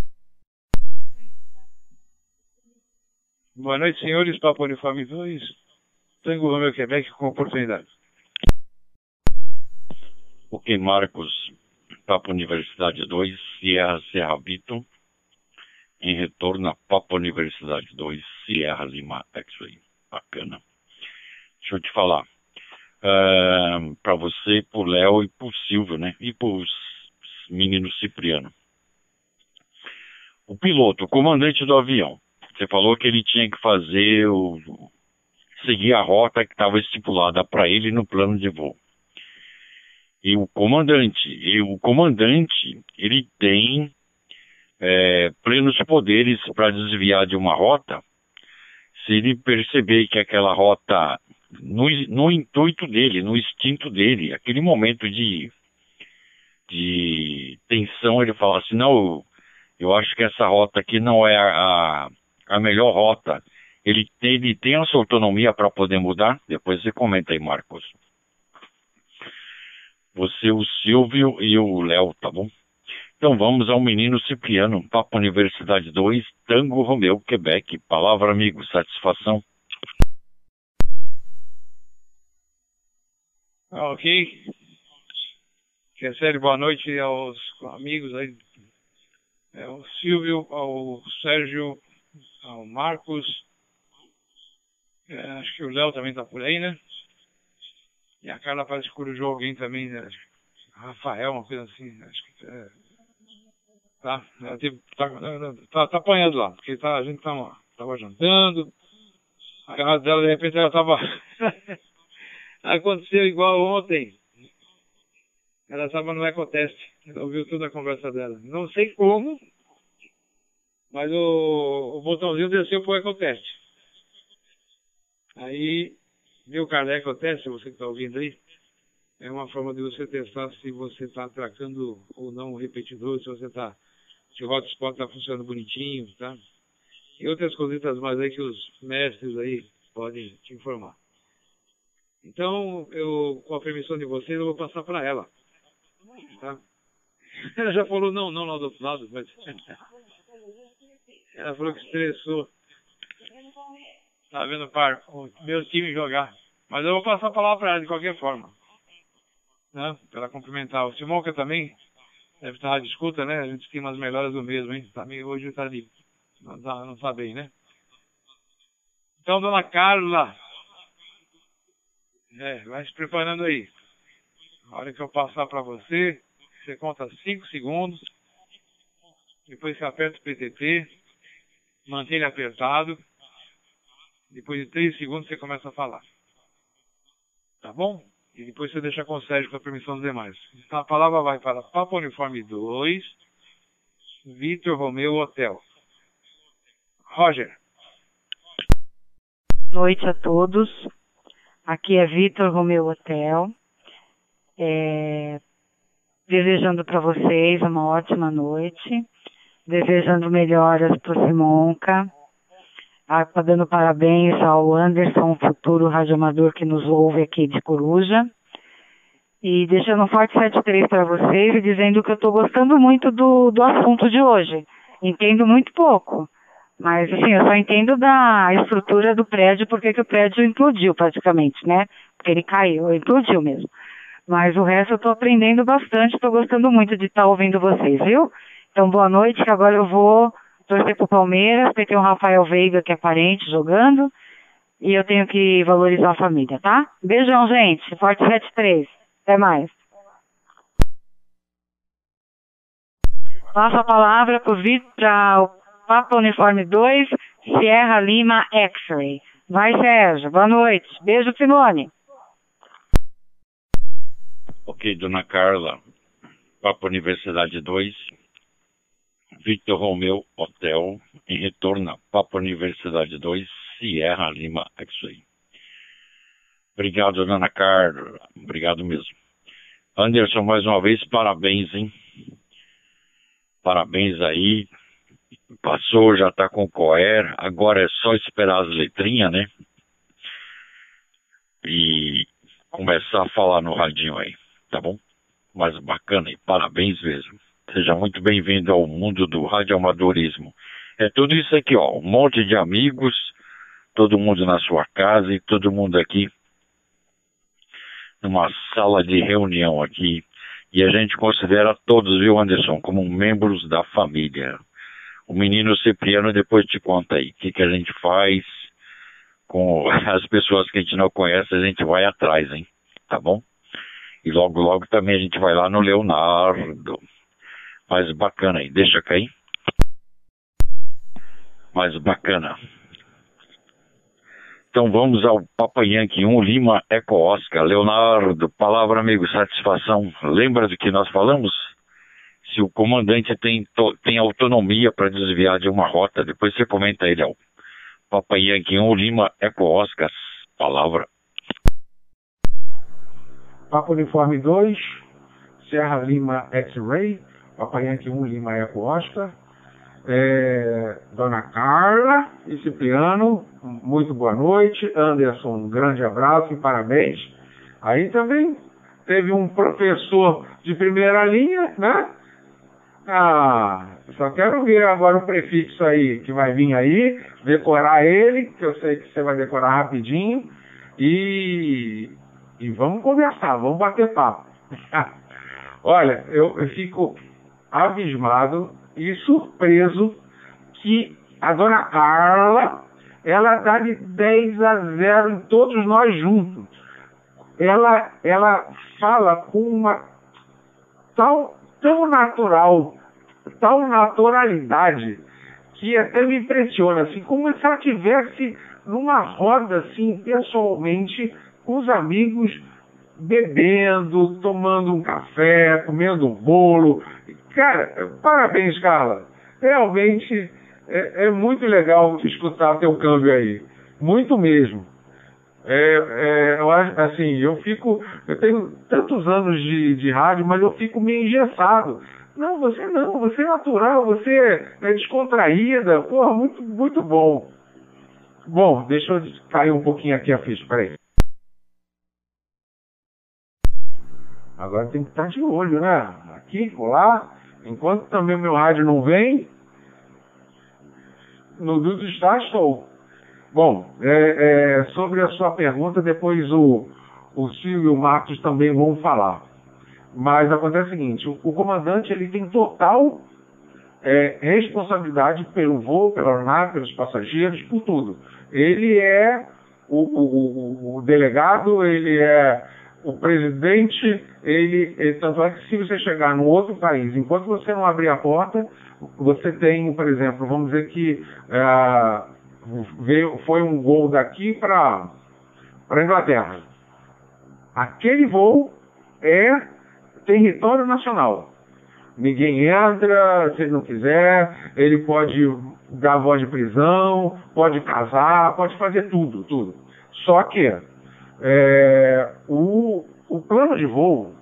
Boa noite, senhores. Papa Uniforme 2, Tango Romeo Quebec com oportunidade. Ok, Marcos, Papa Universidade 2, Sierra Vitor, em retorno a Papa Universidade 2, Sierra Lima X-Ray. Bacana. Deixa eu te falar. Para você, pro Léo e pro Silvio, né? E pros meninos Cipriano. O piloto, o comandante do avião, você falou que ele tinha que seguir a rota que estava estipulada para ele no plano de voo. E o comandante, ele tem plenos poderes para desviar de uma rota, se ele perceber que aquela rota, no intuito dele, no instinto dele, aquele momento de tensão, ele fala assim, não, eu acho que essa rota aqui não é a melhor rota. Ele tem essa autonomia para poder mudar? Depois você comenta aí, Marcos. Você, o Silvio e o Léo, tá bom? Então vamos ao menino Cipriano, Papa Universidade 2, Tango Romeo, Quebec. Palavra, amigo, satisfação. Ok. Quer sério, boa noite aos amigos aí. Ao Silvio, ao Sérgio, ao Marcos. Acho que o Léo também tá por aí, né? E a Carla parece que corujou alguém também, né? Rafael, uma coisa assim. Acho que tá. Tá apanhando lá, porque a gente tava jantando. A casa dela, de repente, ela tava. Aconteceu igual ontem. Ela estava no ecoteste. Ouviu toda a conversa dela. Não sei como, mas o botãozinho desceu pro ecoteste. Aí, viu o cara ecoteste, você que está ouvindo aí? É uma forma de você testar se você está atracando ou não o repetidor, se o hotspot está funcionando bonitinho, tá? E outras coisitas mais aí que os mestres aí podem te informar. Então, com a permissão de vocês, eu vou passar para ela. Tá? Ela já falou não lá do outro lado, mas... Ela falou que estressou. Tá vendo o meu time jogar. Mas eu vou passar a palavra pra ela de qualquer forma. Né? Pra ela cumprimentar. O Simonca também deve estar de escuta, né? A gente tem umas melhoras do mesmo, hein? Tá meio, hoje tá ali. Não tá bem, né? Então, dona Carla. Vai se preparando aí. A hora que eu passar pra você, você conta 5 segundos. Depois você aperta o PTT. Mantém ele apertado. Depois de 3 segundos você começa a falar. Tá bom? E depois você deixa com o Sérgio com a permissão dos demais. Então a palavra vai para Papa Uniforme 2, Vitor Romeu Hotel. Roger. Boa noite a todos. Aqui é Vitor Romeu Hotel. Desejando para vocês uma ótima noite. Desejando melhoras para o Simonca. Dando parabéns ao Anderson, futuro radioamador que nos ouve aqui de Coruja. E deixando um forte 73 para vocês e dizendo que eu estou gostando muito do assunto de hoje. Entendo muito pouco. Mas, assim, eu só entendo da estrutura do prédio, porque que o prédio implodiu praticamente, né? Porque ele caiu, implodiu mesmo. Mas o resto eu estou aprendendo bastante, estou gostando muito de estar ouvindo vocês, viu? Então, boa noite, que agora eu vou torcer pro Palmeiras, porque tem o Rafael Veiga, que é parente, jogando, e eu tenho que valorizar a família, tá? Beijão, gente. Forte 73. Até mais. Passo a palavra para o Papa Uniforme 2, Sierra Lima X-Ray. Vai, Sérgio. Boa noite. Beijo, Simone. Ok, dona Carla. Papa Universidade 2, Vitor Romeu Hotel, em retorno a Papa Universidade 2, Sierra Lima X-Ray. Obrigado, dona Carla. Obrigado mesmo. Anderson, mais uma vez, parabéns, hein? Parabéns aí. Passou, já tá com o COER. Agora é só esperar as letrinhas, né? E começar a falar no radinho aí, tá bom? Mas bacana aí, parabéns mesmo. Seja muito bem-vindo ao mundo do radioamadorismo. É tudo isso aqui, ó, um monte de amigos, todo mundo na sua casa e todo mundo aqui numa sala de reunião aqui. E a gente considera todos, viu, Anderson, como membros da família. O menino Cipriano depois te conta aí o que a gente faz com as pessoas que a gente não conhece, a gente vai atrás, hein? Tá bom? E logo, logo também a gente vai lá no Leonardo. Mais bacana aí, deixa cair. Mais bacana. Então vamos ao Papa Yankee 1, Lima Eco Oscar. Leonardo, palavra amigo, satisfação. Lembra do que nós falamos? Se o comandante tem autonomia para desviar de uma rota, depois você comenta aí, Léo. Papa Yankee 1, Lima Eco Oscar. Palavra. Papa Uniforme 2, Sierra Lima X-Ray. Papa Yankee 1, Lima Eco Oscar. Dona Carla e Cipriano, muito boa noite. Anderson, um grande abraço e parabéns. Aí também teve um professor de primeira linha, né? Só quero ver agora o prefixo aí que vai vir aí, decorar ele, que eu sei que você vai decorar rapidinho. E vamos conversar, vamos bater papo. Olha, eu fico abismado e surpreso que a dona Carla, ela dá de 10-0 em todos nós juntos. Ela fala com uma tão natural, tal naturalidade, que até me impressiona, assim, como se ela estivesse numa roda, assim, pessoalmente, com os amigos, bebendo, tomando um café, comendo um bolo. Cara, parabéns, Carla. Realmente é muito legal escutar teu câmbio aí. Muito mesmo. Eu acho, assim, eu tenho tantos anos de rádio, mas eu fico meio engessado. Não, você é natural, você é descontraída. Porra, muito, muito bom. Bom, deixa eu cair um pouquinho aqui a ficha, peraí. Agora tem que estar de olho, né? Aqui, lá. Enquanto também o meu rádio não vem, No dúvida está, estou. Bom, sobre a sua pergunta, depois o Silvio e o Marcos também vão falar. Mas acontece o seguinte, o comandante ele tem total responsabilidade pelo voo, pela aeronave, pelos passageiros, por tudo. Ele é o delegado, ele é o presidente, tanto é que se você chegar num outro país, enquanto você não abrir a porta, você tem, por exemplo, vamos dizer que foi um voo daqui para a Inglaterra. Aquele voo é território nacional. Ninguém entra, se ele não quiser, ele pode dar voz de prisão, pode casar, pode fazer tudo. Só que o plano de voo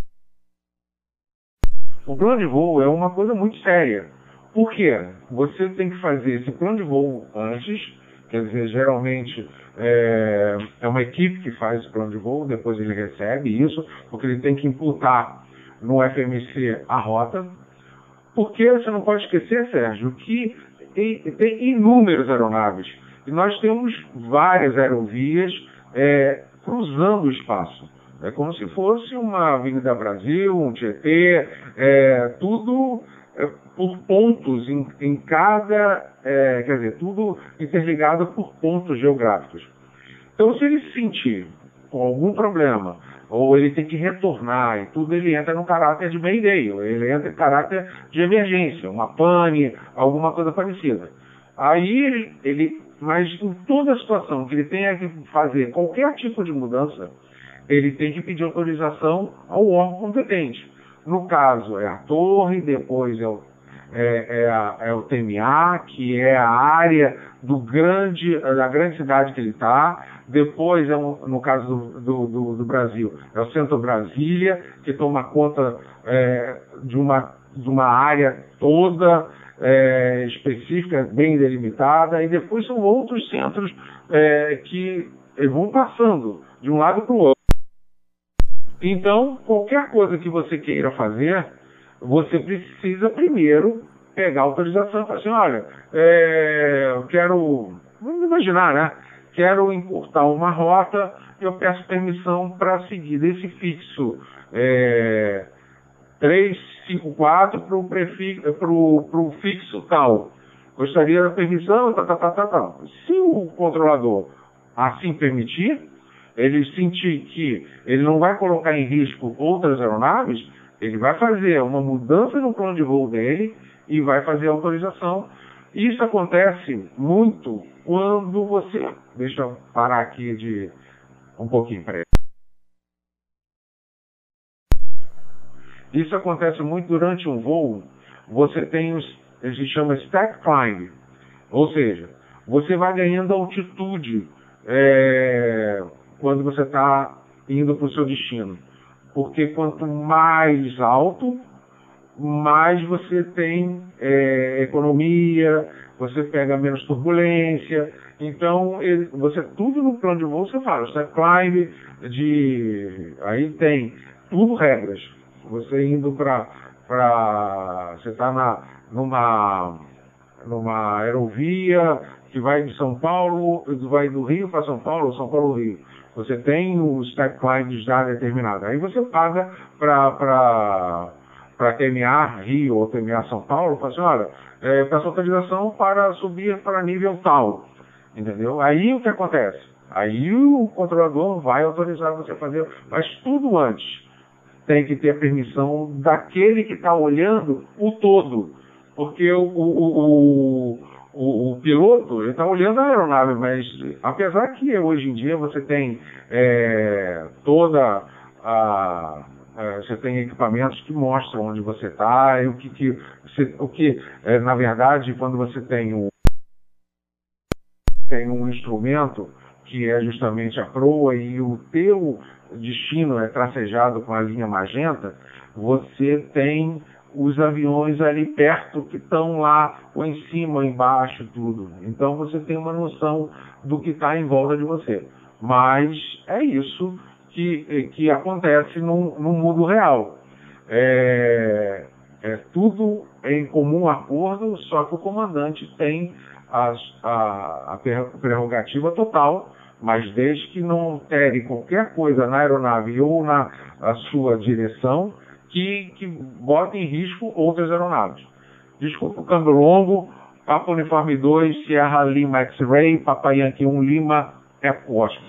é uma coisa muito séria. Por quê? Você tem que fazer esse plano de voo antes, quer dizer, geralmente é uma equipe que faz esse plano de voo, depois ele recebe isso, porque ele tem que imputar no FMC a rota, porque você não pode esquecer, Sérgio, que tem inúmeras aeronaves, e nós temos várias aerovias cruzando o espaço. É como se fosse uma Avenida Brasil, um Tietê, tudo por pontos em cada, quer dizer, tudo interligado por pontos geográficos. Então, se ele se sentir com algum problema, ou ele tem que retornar e tudo, ele entra no caráter de Mayday, ele entra em caráter de emergência, uma pane, alguma coisa parecida. Aí mas em toda situação que ele tenha que fazer qualquer tipo de mudança, ele tem que pedir autorização ao órgão competente. No caso, é a torre, depois é o TMA, que é a área da grande cidade que ele está. Depois, no caso do Brasil, é o Centro Brasília, que toma conta de uma área toda específica, bem delimitada. E depois são outros centros que vão passando de um lado para o outro. Então, qualquer coisa que você queira fazer, você precisa primeiro pegar a autorização e falar assim, olha, eu quero, vamos imaginar, né? Quero importar uma rota, eu peço permissão para seguir desse fixo 354 para o fixo tal. Gostaria da permissão, tal. Se o controlador assim permitir, ele sentir que ele não vai colocar em risco outras aeronaves, ele vai fazer uma mudança no plano de voo dele e vai fazer a autorização. Isso acontece muito quando você... Deixa eu parar aqui um pouquinho, peraí. Isso acontece muito durante um voo. Você tem se chama stack climb, ou seja, você vai ganhando altitude quando você está indo para o seu destino. Porque quanto mais alto, mais você tem economia, você pega menos turbulência. Então, você tudo no plano de voo você fala, stack climb, aí tem tudo regras. Você indo você está numa aerovia que vai de São Paulo, vai do Rio para São Paulo, São Paulo Rio. Você tem os stack climbs já determinados. Aí você paga para TMA Rio ou TMA São Paulo, fala assim, olha, peço autorização para subir para nível tal. Entendeu? Aí o que acontece? Aí o controlador vai autorizar você a fazer, mas tudo antes tem que ter a permissão daquele que está olhando o todo. Porque o piloto está olhando a aeronave, mas apesar que hoje em dia você tem você tem equipamentos que mostram onde você está e o que na verdade, quando você tem um instrumento que é justamente a proa e o teu destino é tracejado com a linha magenta, você tem os aviões ali perto que estão lá, ou em cima, ou embaixo, tudo. Então você tem uma noção do que está em volta de você. Mas é isso que acontece no mundo real. É tudo em comum acordo, só que o comandante tem a prerrogativa total, mas desde que não altere qualquer coisa na aeronave ou na sua direção que bota em risco outras aeronaves. Desculpa o câmbio longo, Papa Uniforme 2, Sierra Lima X-Ray, Papa Yankee 1 Lima, Eco Oscar.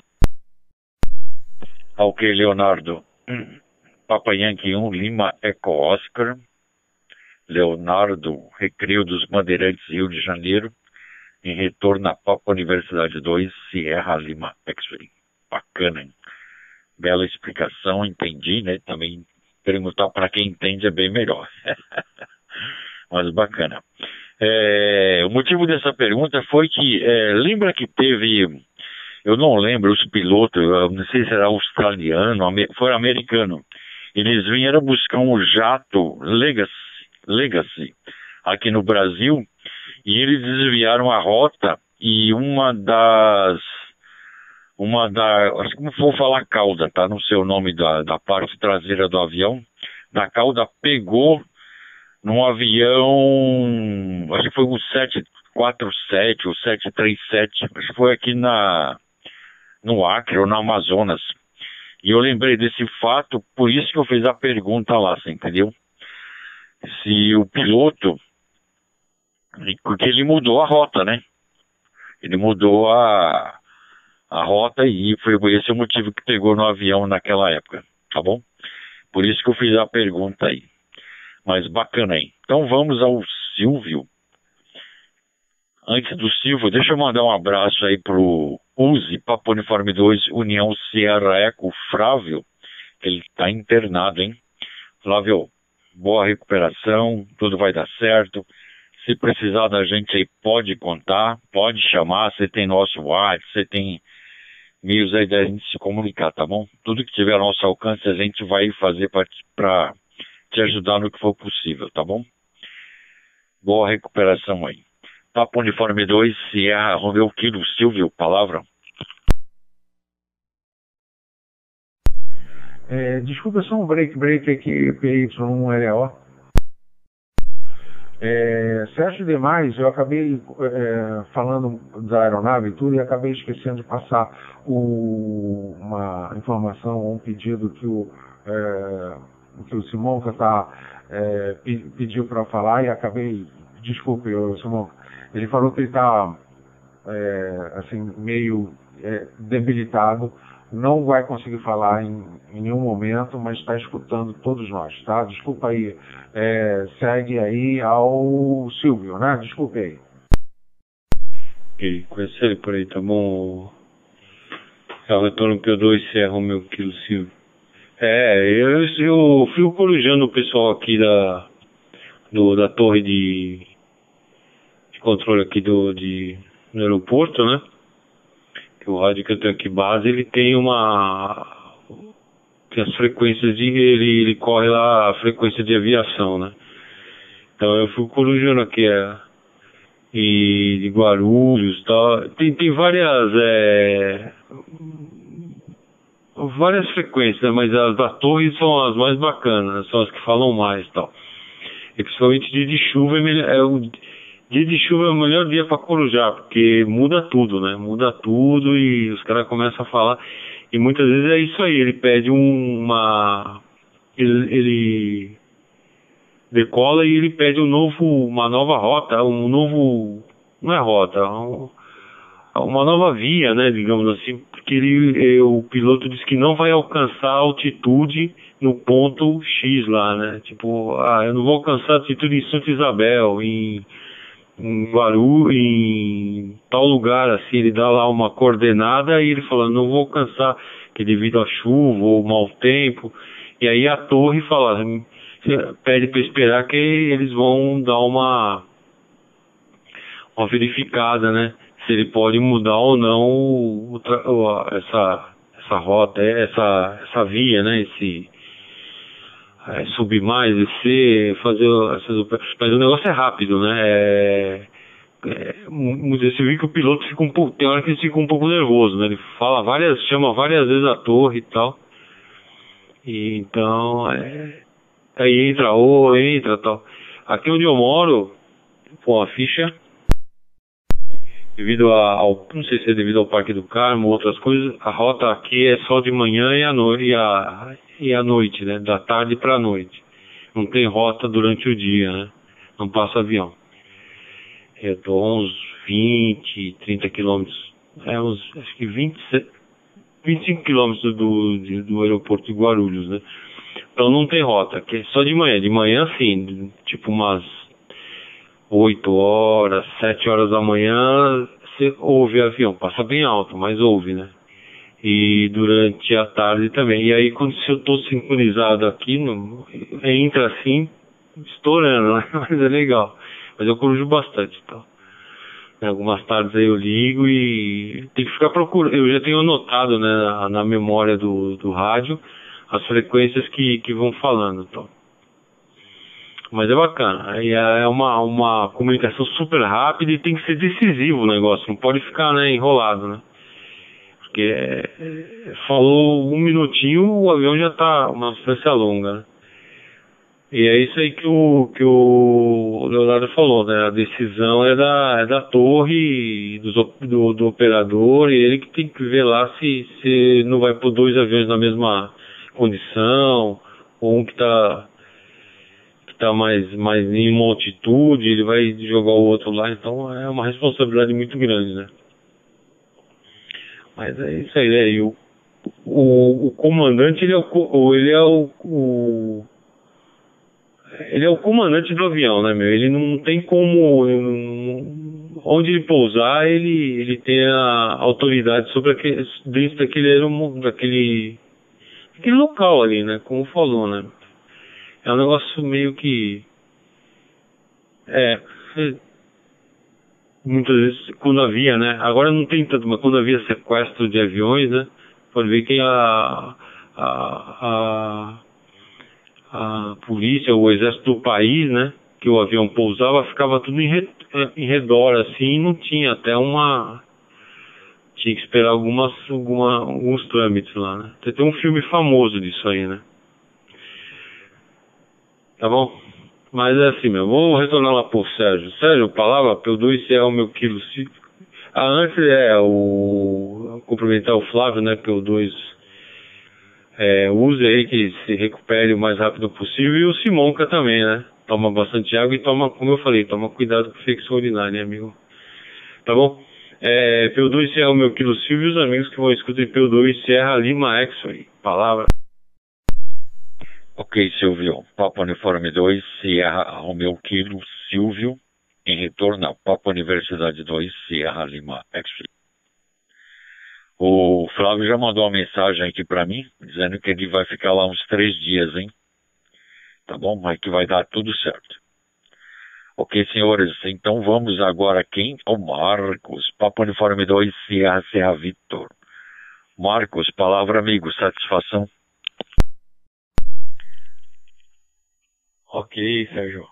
Ok, Leonardo. Papa Yankee 1 Lima Eco Oscar. Leonardo, Recreio dos Bandeirantes, Rio de Janeiro. Em retorno a Papa Universidade 2, Sierra Lima X-Ray. Bacana, hein? Bela explicação, entendi, né? Também perguntar para quem entende é bem melhor. Mas bacana. O motivo dessa pergunta foi que, lembra que teve, eu não lembro, os pilotos, eu não sei se era australiano, foi americano, eles vieram buscar um jato Legacy aqui no Brasil, e eles desviaram a rota, e acho que não vou falar cauda, tá? Não sei o nome da parte traseira do avião, da cauda pegou num avião, acho que foi um 747 ou 737, acho que foi aqui no Acre ou no Amazonas. E eu lembrei desse fato, por isso que eu fiz a pergunta lá, você entendeu? Se o piloto, porque ele mudou a rota, né? Ele mudou a rota e foi esse o motivo que pegou no avião naquela época, tá bom? Por isso que eu fiz a pergunta aí. Mas bacana aí. Então vamos ao Silvio. Antes do Silvio, deixa eu mandar um abraço aí pro Uzi, Papa Uniforme 2, União Sierra Eco, Flávio, que ele tá internado, hein? Flávio, boa recuperação, tudo vai dar certo. Se precisar da gente aí, pode contar, pode chamar, você tem nosso WhatsApp, você tem meios aí da gente se comunicar, tá bom? Tudo que tiver ao nosso alcance, a gente vai fazer para te ajudar no que for possível, tá bom? Boa recuperação aí. Papa Uniforme 2, Sierra Romeo Kilo, Silvio, palavra. Desculpa, só um break aqui, PY1LO. Certo demais, eu acabei falando da aeronave e tudo, e acabei esquecendo de passar uma informação, um pedido que o Simonca pediu para falar, e acabei, desculpe, Simonca, ele falou que ele está assim, meio debilitado, não vai conseguir falar em nenhum momento, mas está escutando todos nós, tá? Desculpa aí, segue aí ao Silvio, né? Desculpe aí. Ok, conhece ele por aí, tá bom? É o retorno P2, Sierra Romeo Kilo, Silvio. Eu fico corujando o pessoal aqui da torre de controle aqui do aeroporto, né? Que o rádio que eu tenho aqui base, ele tem as frequências ele corre lá a frequência de aviação, né? Então eu fico corujando aqui e de Guarulhos e tal. Tem várias frequências, né? Mas as da torre são as mais bacanas, são as que falam mais e tal. E principalmente dia de chuva dia de chuva é o melhor dia para corujar, porque muda tudo, né? Muda tudo e os caras começam a falar. E muitas vezes é isso aí, ele pede ele decola e ele pede uma nova rota, não é rota, uma nova via, né? Digamos assim, porque o piloto diz que não vai alcançar a altitude no ponto X lá, né? Tipo, eu não vou alcançar a altitude em Santa Isabel, em Guarulhos, em tal lugar, assim, ele dá lá uma coordenada e ele fala, não vou alcançar, que devido à chuva ou mau tempo, e aí a torre fala, pede para esperar que eles vão dar uma verificada, né, se ele pode mudar ou não essa rota, essa via, né, subir mais, descer, fazer mas o negócio é rápido, né? Você vê que o piloto fica tem hora que ele fica um pouco nervoso, né? Ele chama várias vezes a torre e tal. E então, aí entra tal. Aqui onde eu moro, a ficha devido ao, não sei se é devido ao Parque do Carmo, outras coisas, a rota aqui é só de manhã e à noite, né? Da tarde para a noite. Não tem rota durante o dia, né? Não passa avião. Eu dou uns 20, 30 quilômetros. Acho que 25 quilômetros do aeroporto de Guarulhos, né? Então não tem rota, que é só de manhã. De manhã, sim, tipo umas 8 horas, 7 horas da manhã, você ouve avião. Passa bem alto, mas ouve, né? E durante a tarde também. E aí, quando eu estou sincronizado aqui, entra assim, estourando, né? Mas é legal. Mas eu corujo bastante, então. Algumas tardes aí eu ligo e tem que ficar procurando. Eu já tenho anotado, né, na memória do rádio as frequências que vão falando, então. Mas é bacana. Aí é uma comunicação super rápida e tem que ser decisivo o negócio. Não pode ficar, né, enrolado, né? Porque falou um minutinho, o avião já tá uma distância longa, né? E é isso aí que o Leonardo falou, né? A decisão é da torre, do operador, e ele que tem que ver lá se não vai pôr dois aviões na mesma condição, ou um que tá mais em uma altitude, ele vai jogar o outro lá, então é uma responsabilidade muito grande, né? Mas é isso aí, né? E o comandante, ele é o comandante do avião, né, meu? Ele não tem como... Onde ele pousar, ele tem a autoridade sobre dentro daquele local ali, né? Como falou, né? É um negócio meio que... muitas vezes, quando havia, né? Agora não tem tanto, mas quando havia sequestro de aviões, né? Pode ver que a polícia, o exército do país, né, que o avião pousava, ficava tudo em redor, assim, não tinha até tinha que esperar alguns trâmites lá, né. Tem um filme famoso disso aí, né. Tá bom? Mas é assim mesmo, vou retornar lá pro Sérgio. Sérgio, palavra, P2 é o meu quilo. Antes cumprimentar o Flávio, né, P2 use aí que se recupere o mais rápido possível, e o Simonca também, né? Toma bastante água e toma, como eu falei, toma cuidado com infecção urinária, né, amigo? Tá bom? P2 Serra o meu quilo Silvio e os amigos que vão escutar P2 Serra Lima X-Ray. Palavra. Ok, Silvio. Papa Uniforme 2, Sierra Romeu Kilo Silvio, em retorno a Papa Universidade 2, Sierra Lima X-Ray. O Flávio já mandou uma mensagem aqui pra mim, dizendo que ele vai ficar lá uns 3 dias, hein? Tá bom? Mas que vai dar tudo certo. Ok, senhores, então vamos agora quem? O Marcos, Papa Uniforme 2, Serra Victor. Marcos, palavra amigo, satisfação. Ok, Sérgio.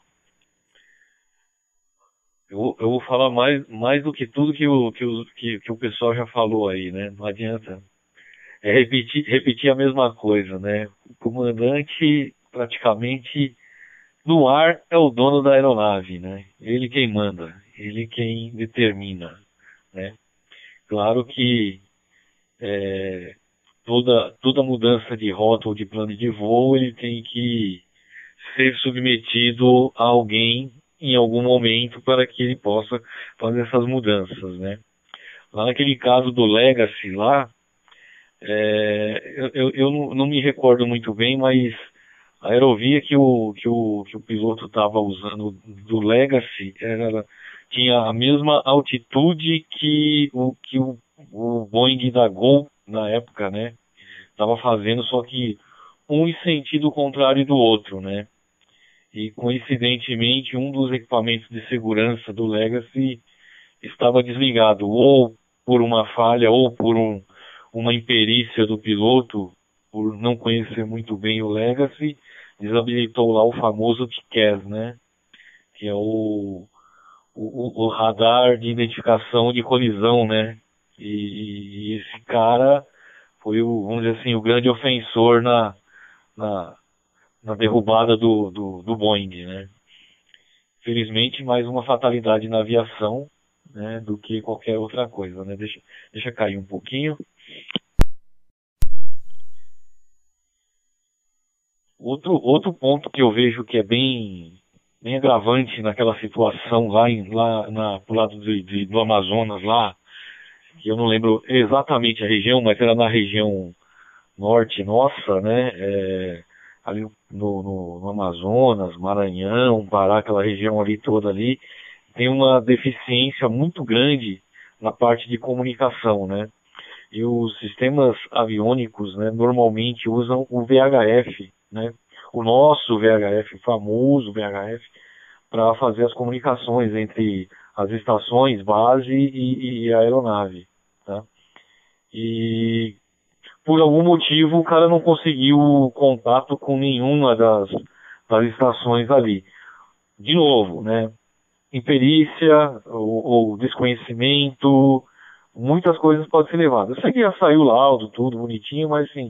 Eu vou falar mais do que tudo que o pessoal já falou aí, né? Não adianta. Repetir a mesma coisa, né? O comandante, praticamente, no ar é o dono da aeronave, né? Ele quem manda, ele quem determina, né? Claro que toda mudança de rota ou de plano de voo, ele tem que ser submetido a alguém em algum momento para que ele possa fazer essas mudanças, né? Lá naquele caso do Legacy lá, eu não me recordo muito bem, mas a aerovia que o piloto estava usando do Legacy tinha a mesma altitude que o Boeing da Gol na época, né? Estava fazendo, só que um em sentido contrário do outro, né? E coincidentemente um dos equipamentos de segurança do Legacy estava desligado, ou por uma falha, ou por uma imperícia do piloto, por não conhecer muito bem o Legacy, desabilitou lá o famoso TCAS, né? Que é o radar de identificação de colisão, né? E esse cara foi vamos dizer assim, o grande ofensor na derrubada do Boeing, né? Felizmente, mais uma fatalidade na aviação, né, do que qualquer outra coisa, né? Deixa cair um pouquinho. Outro ponto que eu vejo que é bem agravante naquela situação pro lado do Amazonas lá, que eu não lembro exatamente a região, mas era na região norte nossa, né? Ali no Amazonas, Maranhão, Pará, aquela região ali toda ali, tem uma deficiência muito grande na parte de comunicação, né? E os sistemas aviônicos, né, normalmente usam o VHF, né? O nosso VHF, o famoso VHF, para fazer as comunicações entre as estações base e a aeronave, tá? E por algum motivo o cara não conseguiu contato com nenhuma das estações ali. De novo, né? Imperícia ou desconhecimento, muitas coisas podem ser levadas. Eu sei que já saiu o laudo, tudo bonitinho, mas assim,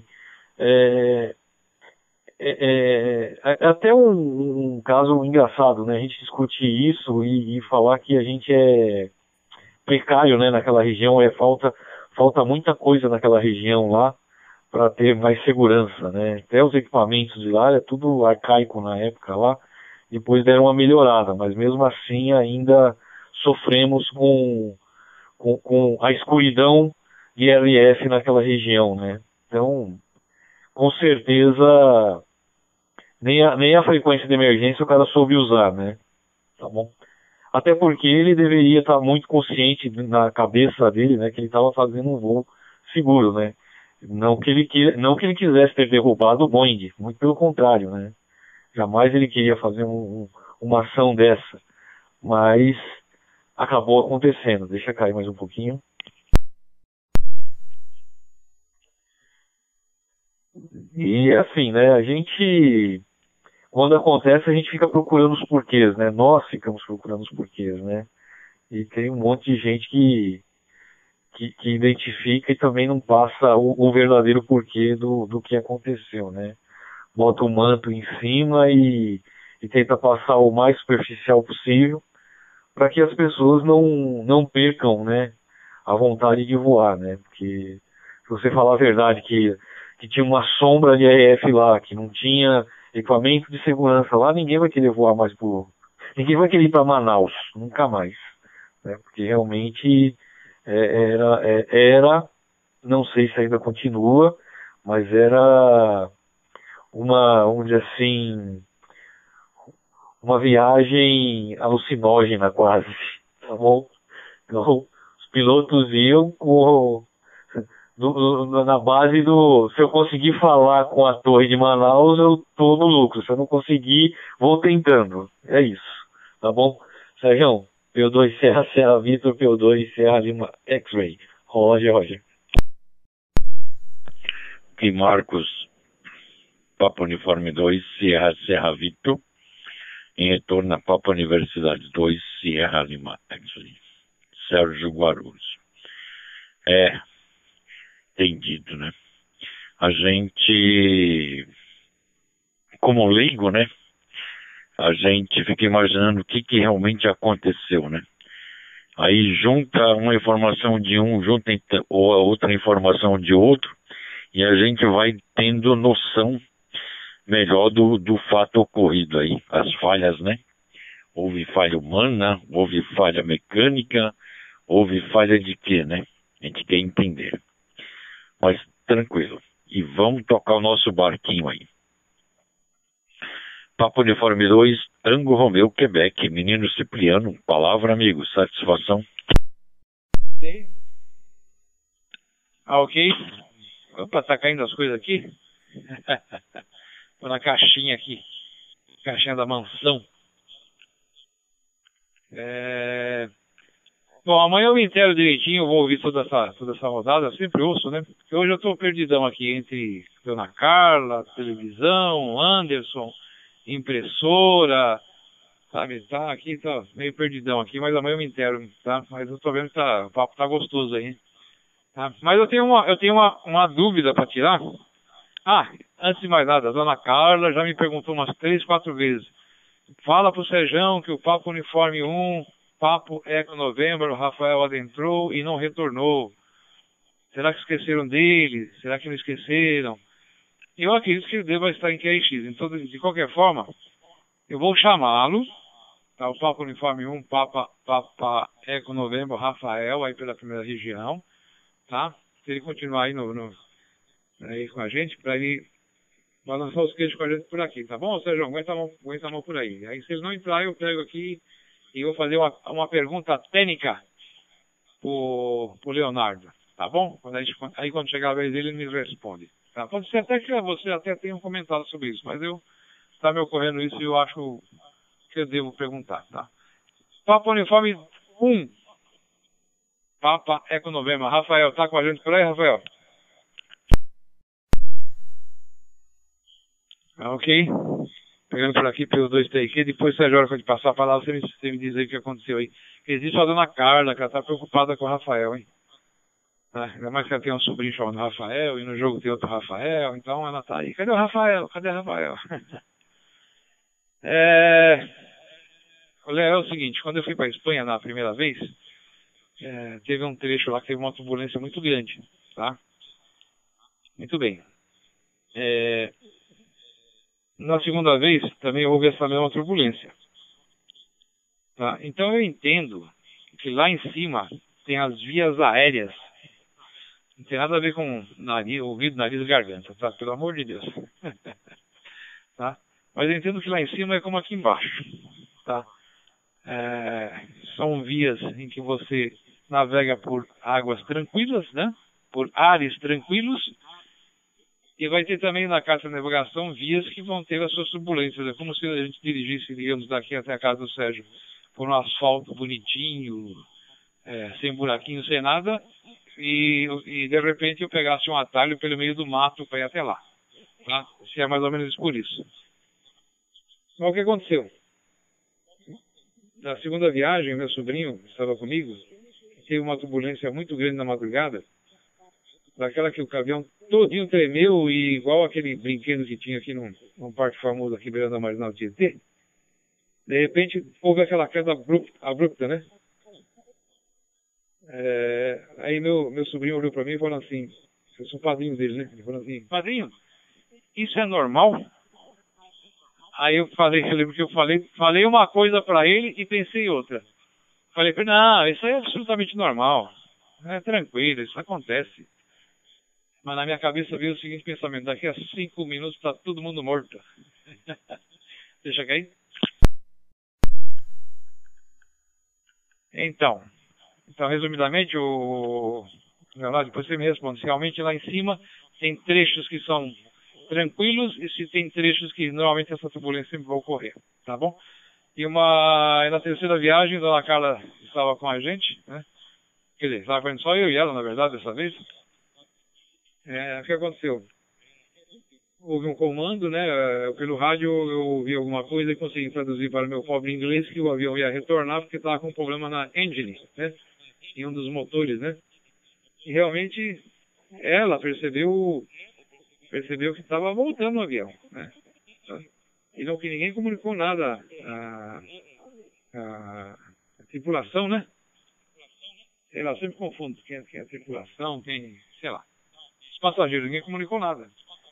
até um caso engraçado, né? A gente discutir isso e falar que a gente é precário, né, naquela região, falta muita coisa naquela região lá para ter mais segurança, né? Até os equipamentos de lá, é tudo arcaico na época lá, depois deram uma melhorada, mas mesmo assim ainda sofremos com a escuridão de RF naquela região, né? Então, com certeza, nem a frequência de emergência o cara soube usar, né? Tá bom? Até porque ele deveria estar muito consciente na cabeça dele, né, que ele estava fazendo um voo seguro, né? Não que ele quisesse ter derrubado o Boeing, muito pelo contrário, né? Jamais ele queria fazer uma ação dessa, mas acabou acontecendo. Deixa cair mais um pouquinho. E assim, né, a gente, quando acontece, a gente fica procurando os porquês, né? Nós ficamos procurando os porquês, né? E tem um monte de gente que identifica e também não passa o verdadeiro porquê do que aconteceu, né? Bota o manto em cima e tenta passar o mais superficial possível para que as pessoas não percam, né, a vontade de voar, né? Porque se você falar a verdade que tinha uma sombra de RF lá, que não tinha equipamento de segurança lá, ninguém vai querer voar mais ninguém vai querer ir para Manaus, nunca mais, né? Porque realmente era, não sei se ainda continua, mas era vamos dizer assim, uma viagem alucinógena quase, tá bom? Então, os pilotos iam na base se eu conseguir falar com a torre de Manaus, eu tô no lucro. Se eu não conseguir, vou tentando. É isso, tá bom? Sérgio, P2 Serra Vitor, P2 Serra Lima X-Ray. Roger. Aqui Marcos, Papa Uniforme 2, Serra Vitor, em retorno a Papa Universidade 2, Sierra Lima X-Ray. Sérgio Guarulhos. Entendido, né? A gente, como leigo, né? A gente fica imaginando o que realmente aconteceu, né? Aí junta uma informação de um, junta outra informação de outro, e a gente vai tendo noção melhor do fato ocorrido aí. As falhas, né? Houve falha humana, houve falha mecânica, houve falha de quê, né? A gente quer entender. Mas tranquilo. E vamos tocar o nosso barquinho aí. Papa Uniforme 2, Tango Romeu, Quebec. Menino Cipriano, palavra, amigo. Satisfação. Tem. Ok. Opa, tá caindo as coisas aqui? Tô na caixinha aqui. Caixinha da mansão. Bom, amanhã eu me inteiro direitinho, eu vou ouvir toda essa rodada, eu sempre ouço, né? Porque hoje eu tô perdidão aqui entre Dona Carla, televisão, Anderson, impressora, sabe? Tá aqui, tá meio perdidão aqui, mas amanhã eu me inteiro, tá? Mas eu tô vendo que o papo tá gostoso aí, tá? Mas eu tenho uma dúvida para tirar. Antes de mais nada, a Dona Carla já me perguntou umas 3, 4 vezes. Fala pro Serjão que o Papa Uniforme 1 Papo Eco Novembro, o Rafael adentrou e não retornou. Será que esqueceram dele? Será que não esqueceram? Eu acredito que ele deva estar em QRX. Então, de qualquer forma, eu vou chamá-lo. Tá, o Papa Uniforme 1, Papa Eco Novembro, Rafael, aí pela primeira região. Tá? Se ele continuar aí, aí com a gente, para ele balançar os queijos com a gente por aqui. Tá bom, Sérgio? Aguenta a mão por aí. Aí, se ele não entrar, eu pego aqui e vou fazer uma pergunta técnica pro Leonardo. Tá bom? Aí quando chegar a vez dele, ele me responde. Tá? Pode ser até que você até tenha comentado sobre isso, mas tá me ocorrendo isso e eu acho que eu devo perguntar, tá? Papa Uniforme 1. Papa Eco Novembro. Rafael, tá com a gente por aí, Rafael? Ok. Pegando por aqui pelos 2 TQ. Depois, Sérgio, a hora que eu te passar a palavra, você me diz aí o que aconteceu aí. Existe a dona Carla, que ela tá preocupada com o Rafael, hein? Ainda mais que ela tem um sobrinho chamado Rafael, e no jogo tem outro Rafael, então ela tá aí. Cadê o Rafael? Cadê o Rafael? É o seguinte, quando eu fui para a Espanha na primeira vez, teve um trecho lá que teve uma turbulência muito grande, tá? Muito bem. Na segunda vez, também houve essa mesma turbulência. Tá? Então eu entendo que lá em cima tem as vias aéreas. Não tem nada a ver com ouvido, nariz e garganta, tá? Pelo amor de Deus. Tá? Mas eu entendo que lá em cima é como aqui embaixo, tá? São vias em que você navega por águas tranquilas, né? Por ares tranquilos. E vai ter também na Caixa de Navegação vias que vão ter as suas turbulências. É como se a gente dirigisse, digamos, daqui até a casa do Sérgio por um asfalto bonitinho, sem buraquinho, sem nada. E de repente eu pegasse um atalho pelo meio do mato para ir até lá. Tá? Se é mais ou menos por isso. Mas o que aconteceu? Na segunda viagem, meu sobrinho estava comigo, teve uma turbulência muito grande na madrugada, daquela que o caminhão todinho tremeu, e igual aquele brinquedo que tinha aqui num parque famoso aqui beirando a Marginal Tietê. De repente houve aquela queda abrupta, né? Aí meu sobrinho olhou para mim e falou assim, eu sou padrinho dele, né? Ele falou assim, padrinho, isso é normal? Aí eu lembro que eu falei uma coisa para ele e pensei outra. Falei para ele, não, isso é absolutamente normal. É tranquilo, isso acontece. Mas na minha cabeça veio o seguinte pensamento, daqui a 5 minutos está todo mundo morto. Deixa cair. Então, resumidamente, o Leonardo, depois você me responde. Realmente lá em cima tem trechos que são tranquilos e se tem trechos que normalmente essa turbulência sempre vai ocorrer, tá bom? E na terceira viagem, a dona Carla estava com a gente, né? Quer dizer, estava fazendo só eu e ela, na verdade, dessa vez. O que aconteceu? Houve um comando, né? Pelo rádio eu ouvi alguma coisa e consegui traduzir para o meu pobre inglês que o avião ia retornar porque estava com um problema na engine, né? Em um dos motores, né? E realmente ela percebeu que estava voltando o avião, né? E não que ninguém comunicou nada a tripulação, né? Sei lá, eu sempre confundo quem é a tripulação, sei lá. Os passageiros, ninguém comunicou nada.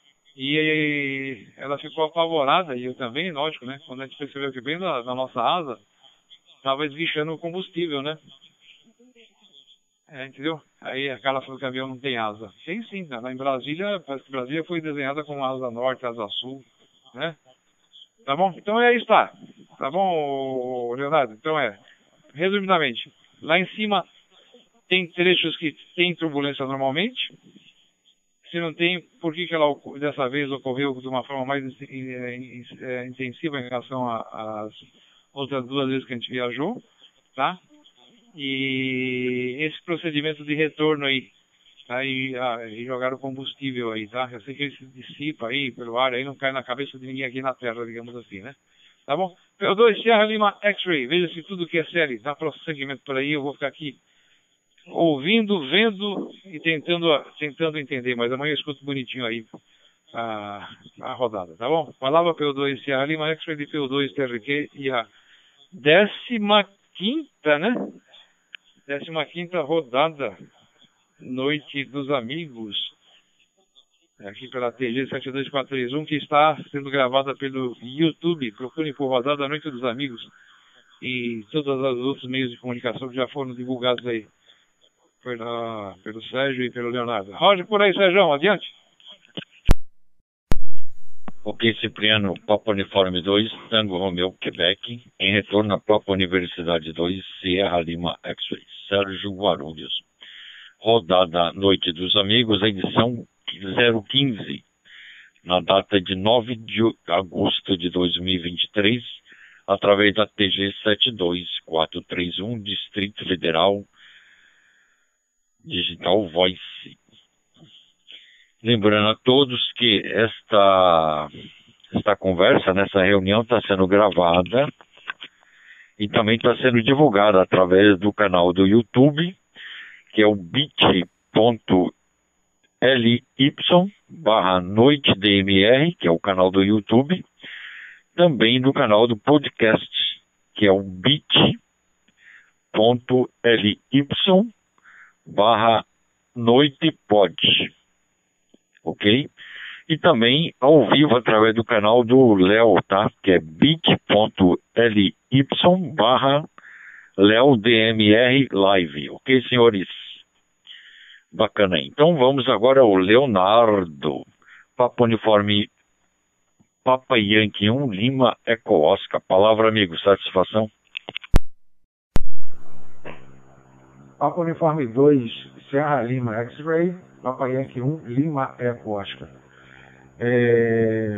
E ela ficou apavorada, e eu também, lógico, né? Quando a gente percebeu que bem na nossa asa estava esguichando o combustível, né? Entendeu? Aí a Carla falou que o avião não tem asa. Tem sim, né? Lá em Brasília, parece que Brasília foi desenhada com asa norte, asa sul, né? Tá bom? Então é isso, tá? Tá bom, Leonardo? Então resumidamente, lá em cima tem trechos que tem turbulência normalmente. Se não tem, por que ela dessa vez ocorreu de uma forma mais intensiva em relação às outras 2 vezes que a gente viajou, tá? E esse procedimento de retorno aí, tá? E jogar o combustível aí, tá? Eu sei que ele se dissipa aí pelo ar, aí não cai na cabeça de ninguém aqui na Terra, digamos assim, né? Tá bom? P2, Sierra Lima X-Ray, veja se tudo que é série dá prosseguimento por aí, eu vou ficar aqui ouvindo, vendo e tentando entender, mas amanhã eu escuto bonitinho aí a rodada, tá bom? Palavra P2, Sierra Lima X-Ray de P2, TRQ e a 15ª, né? 15ª rodada, Noite dos Amigos, aqui pela TG 72431, que está sendo gravada pelo YouTube. Procurem por Rodada Noite dos Amigos e todos os outros meios de comunicação que já foram divulgados aí pelo Sérgio e pelo Leonardo. Roger por aí, Sérgio, adiante. Ok, Cipriano, Papa Uniforme 2, Tango Romeo, Quebec, em retorno à Papa Universidade 2, Sierra Lima X-Ray, Sérgio Guarulhos. Rodada Noite dos Amigos, edição 015, na data de 9 de agosto de 2023, através da TG 72431, Distrito Federal, Digital Voice. Lembrando a todos que esta conversa, nessa reunião, está sendo gravada e também está sendo divulgada através do canal do YouTube, que é o bit.ly/NoiteDMR, que é o canal do YouTube, também do canal do podcast, que é o bit.ly/NoitePod. Ok? E também ao vivo através do canal do Léo, tá? Que é bit.ly/LeoDMR Live. Ok, senhores? Bacana aí. Então vamos agora ao Leonardo. Papa Uniforme Papa Yankee 1, Lima Eco Oscar. Palavra, amigo. Satisfação? Papa Uniforme 2, Sierra Lima X-Ray, Papa Yankee 1, Lima Eco Oscar. É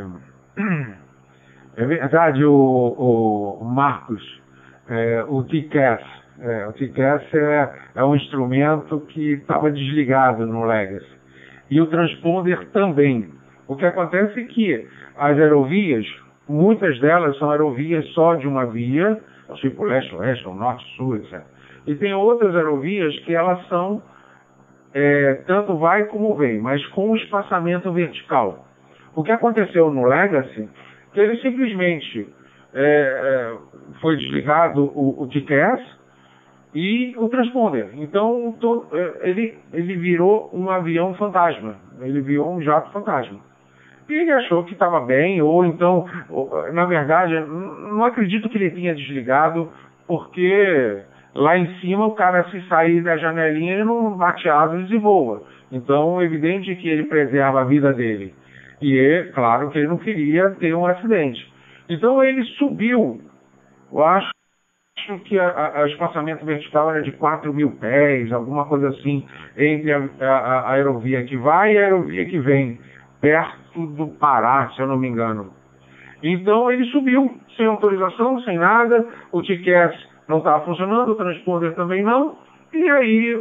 verdade, o Marcos, o TCAS. O TCAS é um instrumento que estava desligado no Legacy. E o transponder também. O que acontece é que as aerovias, muitas delas são aerovias só de uma via, tipo leste-oeste, ou norte-sul, etc. E tem outras aerovias que elas são tanto vai como vem, mas com espaçamento vertical. O que aconteceu no Legacy, que ele simplesmente foi desligado o TCAS e o transponder. Então ele virou um avião fantasma, ele virou um jato fantasma. E ele achou que estava bem, ou então, na verdade, não acredito que ele tenha desligado, porque lá em cima o cara, se sair da janelinha, ele não bate asas e voa. Então é evidente que ele preserva a vida dele. E é claro que ele não queria ter um acidente. Então ele subiu, eu acho que o espaçamento vertical era de 4.000 pés, alguma coisa assim, entre a aerovia que vai e a aerovia que vem, perto do Pará, se eu não me engano. Então ele subiu, sem autorização, sem nada, o TCAS não estava funcionando, o transponder também não, e aí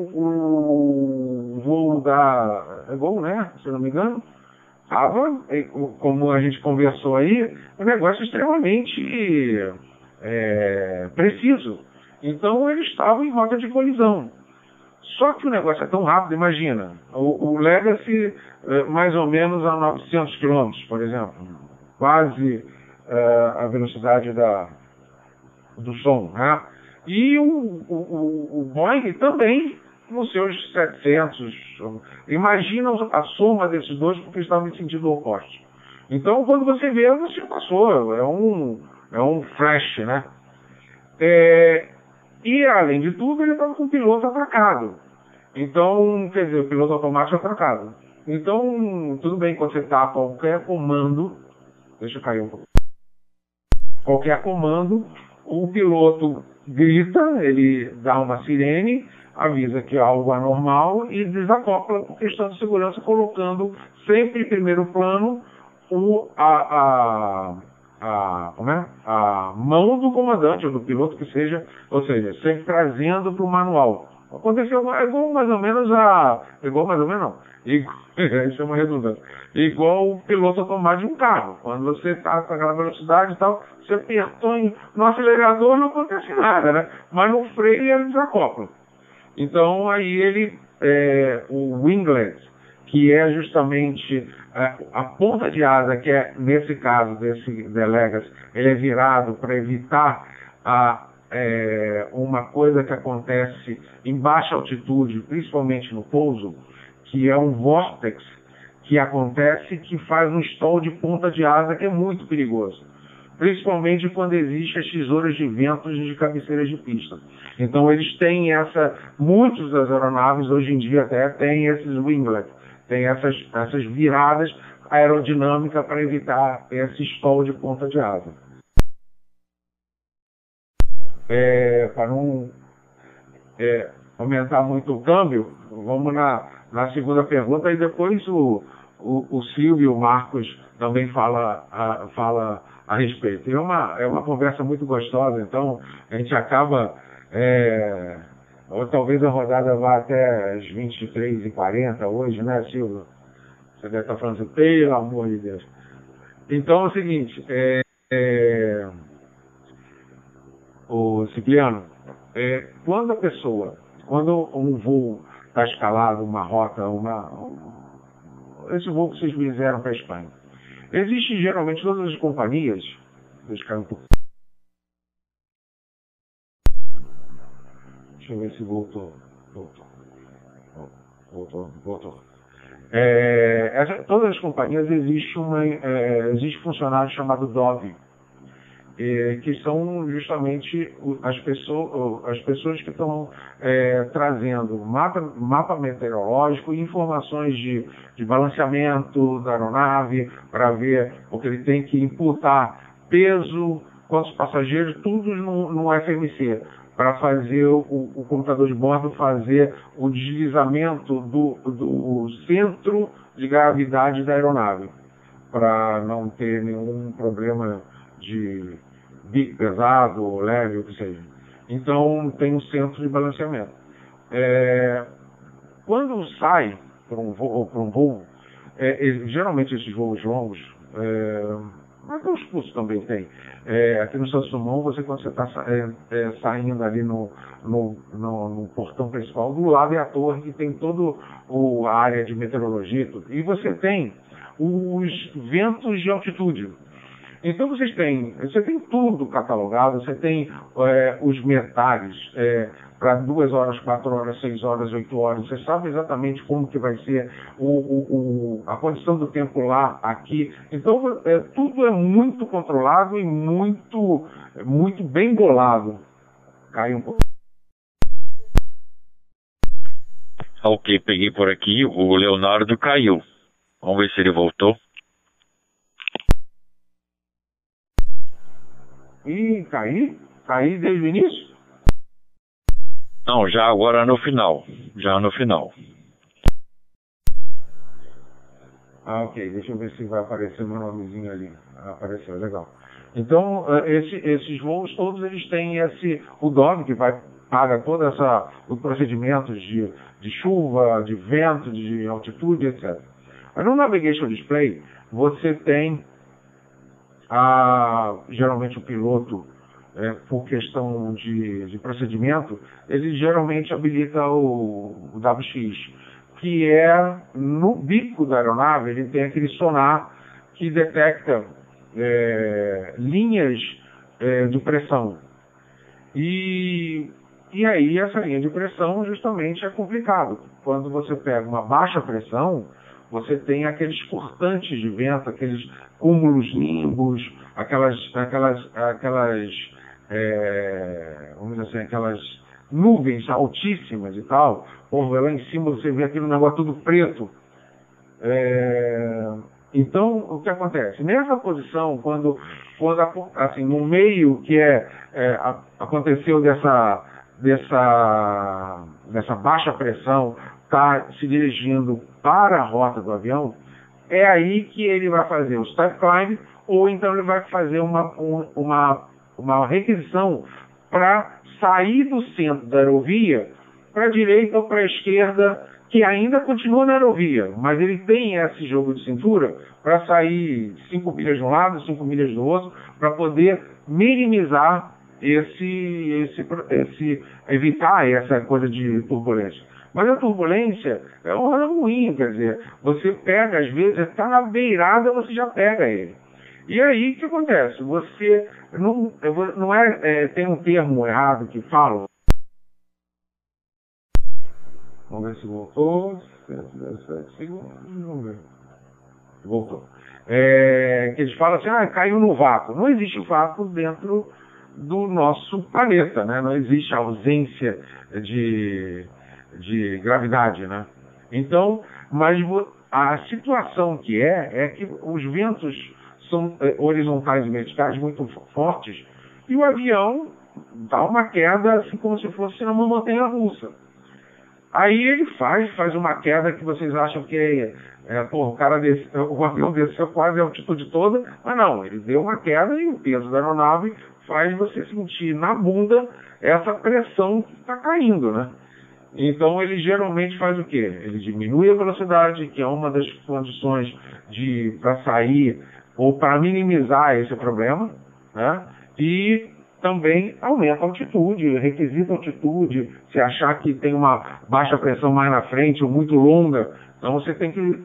o voo da Gol, né, se eu não me engano, estava, como a gente conversou aí, um negócio extremamente preciso. Então ele estava em rota de colisão. Só que o negócio é tão rápido, imagina, o Legacy mais ou menos a 900 km, por exemplo, quase a velocidade do som, né? E o Boeing também nos seus 700. Imagina a soma desses dois, porque estavam em sentido oposto. Então, quando você vê, você passou, é um flash, né? E, além de tudo, ele estava com o piloto atracado. Então, quer dizer, o piloto automático atracado. Então, tudo bem, quando você tapa qualquer comando, deixa eu cair um pouco. Qualquer comando, o piloto grita, ele dá uma sirene, avisa que é algo anormal e desacopla por questão de segurança, colocando sempre em primeiro plano a mão do comandante ou do piloto que seja, ou seja, sempre trazendo para o manual. Aconteceu igual mais ou menos isso é uma redundância, igual o piloto automático de um carro. Quando você está com aquela velocidade e tal, você apertou no acelerador, não acontece nada, né? Mas no freio ele desacopla. Então aí o winglet, que é justamente a ponta de asa, que é, nesse caso desse The Legacy, ele é virado para evitar uma coisa que acontece em baixa altitude, principalmente no pouso, que é um vórtex que acontece, que faz um stall de ponta de asa, que é muito perigoso, principalmente quando existem as tesouras de ventos de cabeceiras de pista. Então eles têm muitos das aeronaves hoje em dia até têm esses winglets, tem essas viradas aerodinâmicas para evitar esse stall de ponta de asa. Para não aumentar muito o câmbio, vamos na segunda pergunta, e depois o Silvio e o Marcos também fala a respeito. É uma conversa muito gostosa, então a gente acaba, ou talvez a rodada vá até as 23h40 hoje, né, Silvio? Você deve estar falando assim, pelo amor de Deus. Então é o seguinte, o Cipriano, quando um voo está escalado, uma rota, esse voo que vocês fizeram para a Espanha, existem geralmente todas as companhias, deixa eu ver se voltou. Todas as companhias existe funcionário chamado DOV, que são justamente as pessoas que estão trazendo mapa meteorológico e informações de balanceamento da aeronave, para ver o que ele tem que imputar, peso, quantos passageiros, tudo no FMC, para fazer o computador de bordo fazer o deslizamento do centro de gravidade da aeronave, para não ter nenhum problema de bico pesado, leve, o que seja. Então tem um centro de balanceamento. Quando sai para um voo, geralmente esses voos longos, mas os cursos também tem. Aqui no Santos Dumont, quando você está saindo ali no portão principal, do lado é a torre, que tem toda a área de meteorologia, e você tem os ventos de altitude. Então você tem tudo catalogado, você tem os metais para 2 horas, 4 horas, 6 horas, 8 horas, você sabe exatamente como que vai ser a condição do tempo lá, aqui. Então tudo é muito controlado e muito bem bolado. Caiu um pouco. Ok, peguei por aqui, o Leonardo caiu. Vamos ver se ele voltou. E caí desde o início? Não, já agora no final. Ok, deixa eu ver se vai aparecer meu nomezinho ali. Apareceu, legal. Então, esses voos todos, eles têm o DOV, que paga todo os procedimentos de chuva, de vento, de altitude, etc. Mas no Navigation Display, você tem geralmente o piloto, por questão de procedimento, ele geralmente habilita o WX, que no bico da aeronave, ele tem aquele sonar que detecta linhas de pressão. E aí essa linha de pressão justamente é complicado. Quando você pega uma baixa pressão, você tem aqueles cortantes de vento, aqueles cúmulos nimbus, vamos dizer assim, aquelas nuvens altíssimas e tal. Pô, lá em cima você vê aquele negócio tudo preto. Então, o que acontece? Nessa posição, quando assim, no meio que aconteceu dessa baixa pressão, está se dirigindo para a rota do avião, é aí que ele vai fazer o step climb, ou então ele vai fazer uma requisição para sair do centro da aerovia para a direita ou para a esquerda, que ainda continua na aerovia, mas ele tem esse jogo de cintura para sair 5 milhas de um lado, 5 milhas do outro, para poder minimizar evitar essa coisa de turbulência. Mas a turbulência é uma ruim, quer dizer, você pega, às vezes, está na beirada, você já pega ele. E aí, o que acontece? Você não tem um termo errado que fala. Vamos ver se voltou. Vamos ver. Voltou. Que eles falam assim, caiu no vácuo. Não existe vácuo dentro do nosso planeta, né? Não existe ausência de gravidade, né? Então, mas a situação que é que os ventos são horizontais e verticais muito fortes e o avião dá uma queda assim como se fosse numa montanha-russa. Aí ele faz uma queda que vocês acham que o avião desceu quase a altitude toda, mas não, ele deu uma queda e o peso da aeronave faz você sentir na bunda essa pressão que está caindo, né? Então ele geralmente faz o quê? Ele diminui a velocidade, que é uma das condições para sair ou para minimizar esse problema, né? E também aumenta a altitude, requisita altitude, se achar que tem uma baixa pressão mais na frente ou muito longa, então você tem que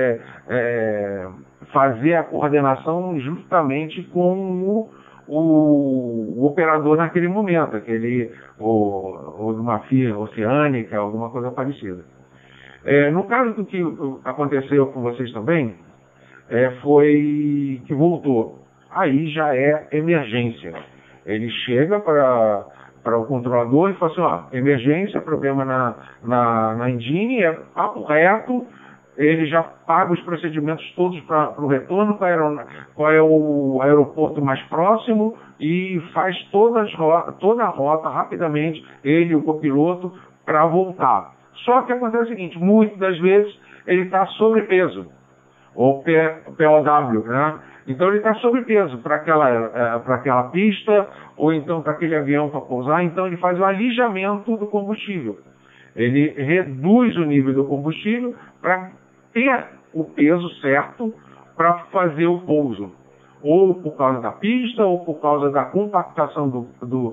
fazer a coordenação justamente com o operador naquele momento, ou numa FIA oceânica, alguma coisa parecida. No caso do que aconteceu com vocês também, foi que voltou. Aí já é emergência. Ele chega para o controlador e fala assim, emergência, problema na engine, é papo reto, ele já paga os procedimentos todos para o retorno, qual é o aeroporto mais próximo e faz toda a rota rapidamente, ele e o copiloto, para voltar. Só que acontece o seguinte, muitas das vezes ele está sobrepeso, ou POW, né? Então ele está sobrepeso para aquela pista, ou então para aquele avião para pousar, então ele faz o alijamento do combustível. Ele reduz o nível do combustível para ter o peso certo para fazer o pouso. Ou por causa da pista, ou por causa da compactação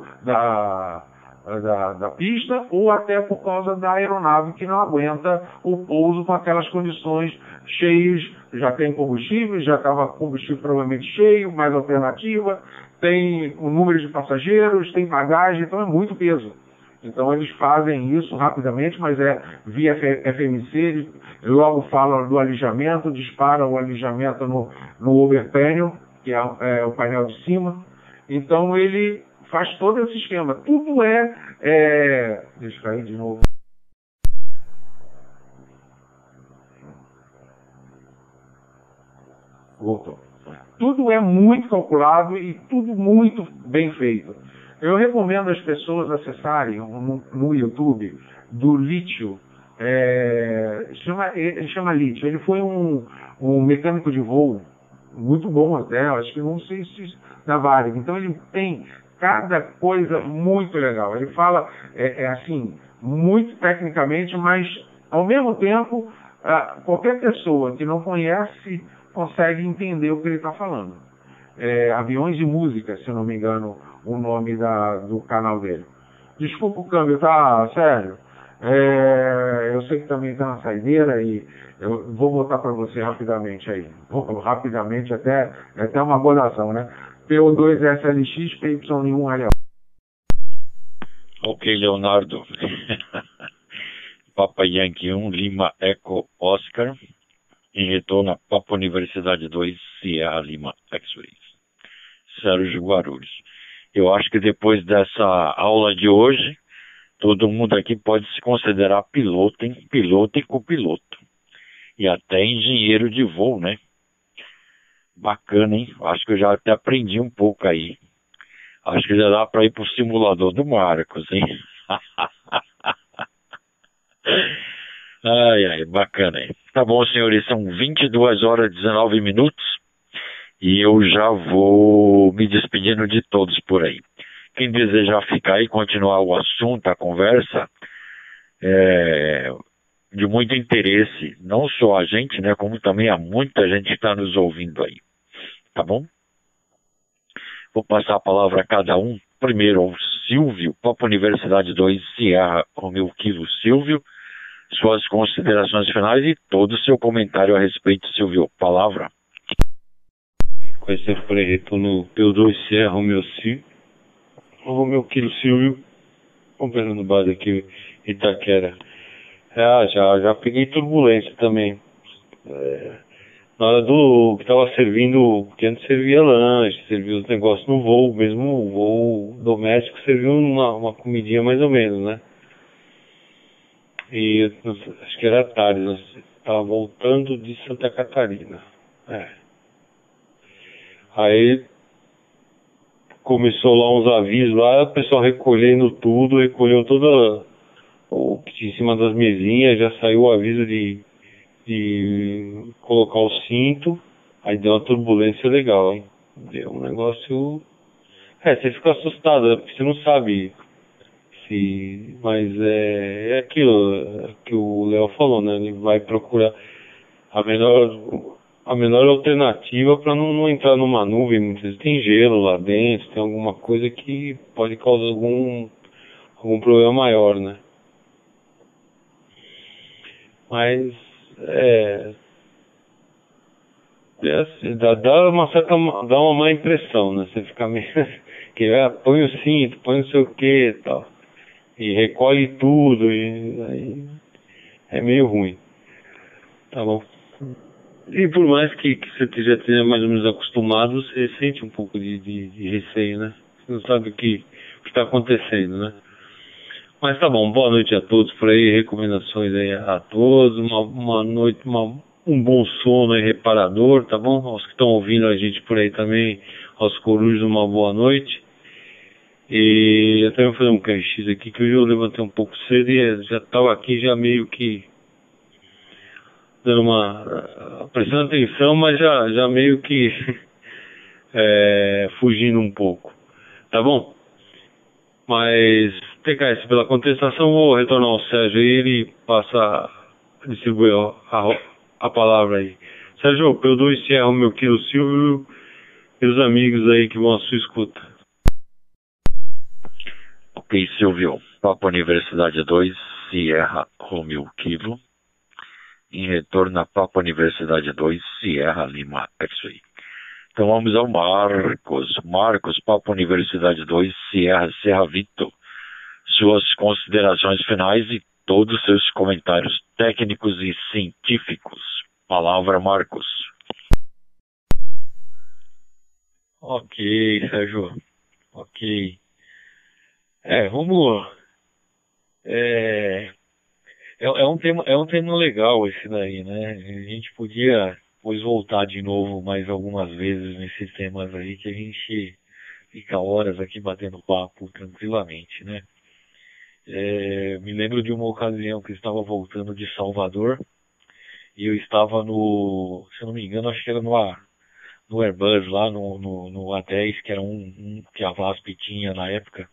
da pista, ou até por causa da aeronave que não aguenta o pouso com aquelas condições cheias, já tem combustível, já estava combustível provavelmente cheio, mais alternativa, tem o número de passageiros, tem bagagem, então é muito peso. Então eles fazem isso rapidamente, mas via FMC, eles logo falam do alijamento, disparam o alijamento no overpanel, que é o painel de cima. Então ele faz todo esse esquema. Tudo deixa eu cair de novo. Voltou. Tudo é muito calculado e tudo muito bem feito. Eu recomendo as pessoas acessarem no YouTube do Lítio. Ele chama Lítio. Ele foi um mecânico de voo muito bom até, acho que não sei se da Varig. Então ele tem cada coisa muito legal. Ele fala assim, muito tecnicamente, mas ao mesmo tempo qualquer pessoa que não conhece consegue entender o que ele está falando. Aviões de Música, se eu não me engano, o nome do canal dele. Desculpa o câmbio, tá, Sérgio? Eu sei que também está na saideira e eu vou voltar para você rapidamente aí. Rapidamente, até uma gozação, né? PO2 SLX, PY1 LO. Ok, Leonardo. Papa Yankee 1, Lima Eco Oscar. Em retorno a Papa Universidade 2, Sierra Lima X-Ray. Sérgio Guarulhos. Eu acho que depois dessa aula de hoje, todo mundo aqui pode se considerar piloto e copiloto. E até engenheiro de voo, né? Bacana, hein? Acho que eu já até aprendi um pouco aí. Acho que já dá para ir pro simulador do Marcos, hein? Ai, bacana aí. Tá bom, senhores, são 22 horas e 19 minutos e eu já vou me despedindo de todos por aí. Quem desejar ficar aí e continuar o assunto, a conversa, de muito interesse, não só a gente, né, como também há muita gente que está nos ouvindo aí, tá bom? Vou passar a palavra a cada um. Primeiro ao Silvio, Papa Universidade 2, Sierra Romeo Kilo Silvio, suas considerações finais e todo o seu comentário a respeito, Silvio. Palavra. Vai ser por aí, retorno P2 Sierra, Romeu Kilo Silvio, comprando base aqui Itaquera. Já peguei turbulência também. Na hora do que tava servindo, porque antes servia lanche, servia os negócios no voo, mesmo o voo doméstico serviu uma comidinha mais ou menos, né? E acho que era tarde, nós tava voltando de Santa Catarina. Aí começou lá uns avisos lá, o pessoal recolhendo tudo, recolheu toda o que tinha em cima das mesinhas, já saiu o aviso de colocar o cinto, aí deu uma turbulência legal, hein? Deu um negócio... você fica assustado, porque você não sabe se... Mas é aquilo que o Léo falou, né? Ele vai procurar a menor alternativa para não entrar numa nuvem. Muitas vezes tem gelo lá dentro, tem alguma coisa que pode causar algum problema maior, né? Mas assim, dá uma má impressão, né? Você fica meio que põe o cinto, põe não sei o que e tal, e recolhe tudo, e aí é meio ruim, tá bom? E por mais que você já esteja mais ou menos acostumado, você sente um pouco de receio, né? Você não sabe o que está acontecendo, né? Mas tá bom, boa noite a todos por aí, recomendações aí a todos, uma noite, um bom sono aí reparador, tá bom? Aos que estão ouvindo a gente por aí também, aos corujas, uma boa noite. E eu também vou fazer um KX aqui, que hoje eu levantei um pouco cedo e já estava aqui já meio que dando prestando atenção, mas já meio que fugindo um pouco, tá bom? Mas, TKS, pela contestação, vou retornar ao Sérgio e ele passa a distribuir a palavra aí. Sérgio, P2 Sierra, Romeu Kilo Silvio e os amigos aí que vão à sua escuta. Ok, Silvio. Papa Universidade 2, Sierra, Romeu Kilo. Em retorno a Papa Universidade 2, Sierra, Lima, X-Ray. Então vamos ao Marcos. Marcos, Papa Universidade 2, Serra Vitor. Suas considerações finais e todos os seus comentários técnicos e científicos. Palavra, Marcos. Ok, Sérgio. Ok. Vamos... É um tema legal esse daí, né? A gente podia depois voltar de novo mais algumas vezes nesses temas aí, que a gente fica horas aqui batendo papo tranquilamente, né? Me lembro de uma ocasião que eu estava voltando de Salvador e eu estava se eu não me engano, acho que era no Airbus lá, no A10, que era um que a VASP tinha na época.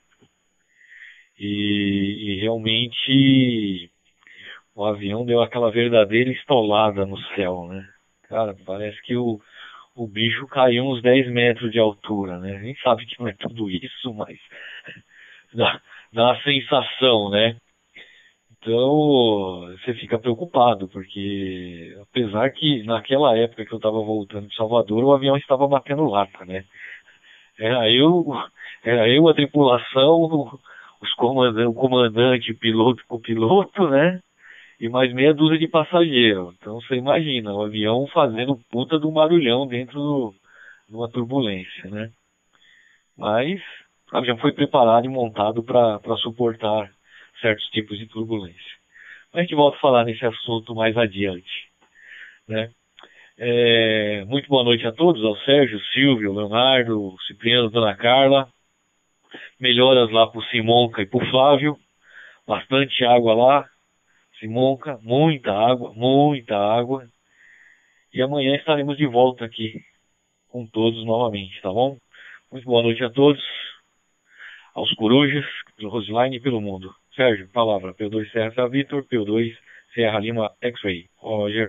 E realmente o avião deu aquela verdadeira estolada no céu, né? Cara, parece que o bicho caiu uns 10 metros de altura, né? A gente sabe que não é tudo isso, mas dá uma sensação, né? Então, você fica preocupado, porque apesar que naquela época que eu estava voltando de Salvador, o avião estava batendo lata, né? Era eu, a tripulação, o comandante, o piloto, copiloto, né? E mais meia dúzia de passageiros. Então você imagina, o avião fazendo puta de um barulhão dentro de uma turbulência, né? Mas o avião foi preparado e montado para suportar certos tipos de turbulência. Mas a gente volta a falar nesse assunto mais adiante, né? Muito boa noite a todos, ao Sérgio, Silvio, Leonardo, Cipriano, Dona Carla. Melhoras lá pro Simonca e pro Flávio. Bastante água lá. Simonca, muita água. E amanhã estaremos de volta aqui com todos novamente, tá bom? Muito boa noite a todos, aos corujas, pelo Roseline e pelo mundo. Sérgio, palavra, P2 Serra Vitor, P2 Serra Lima X-Ray. Roger.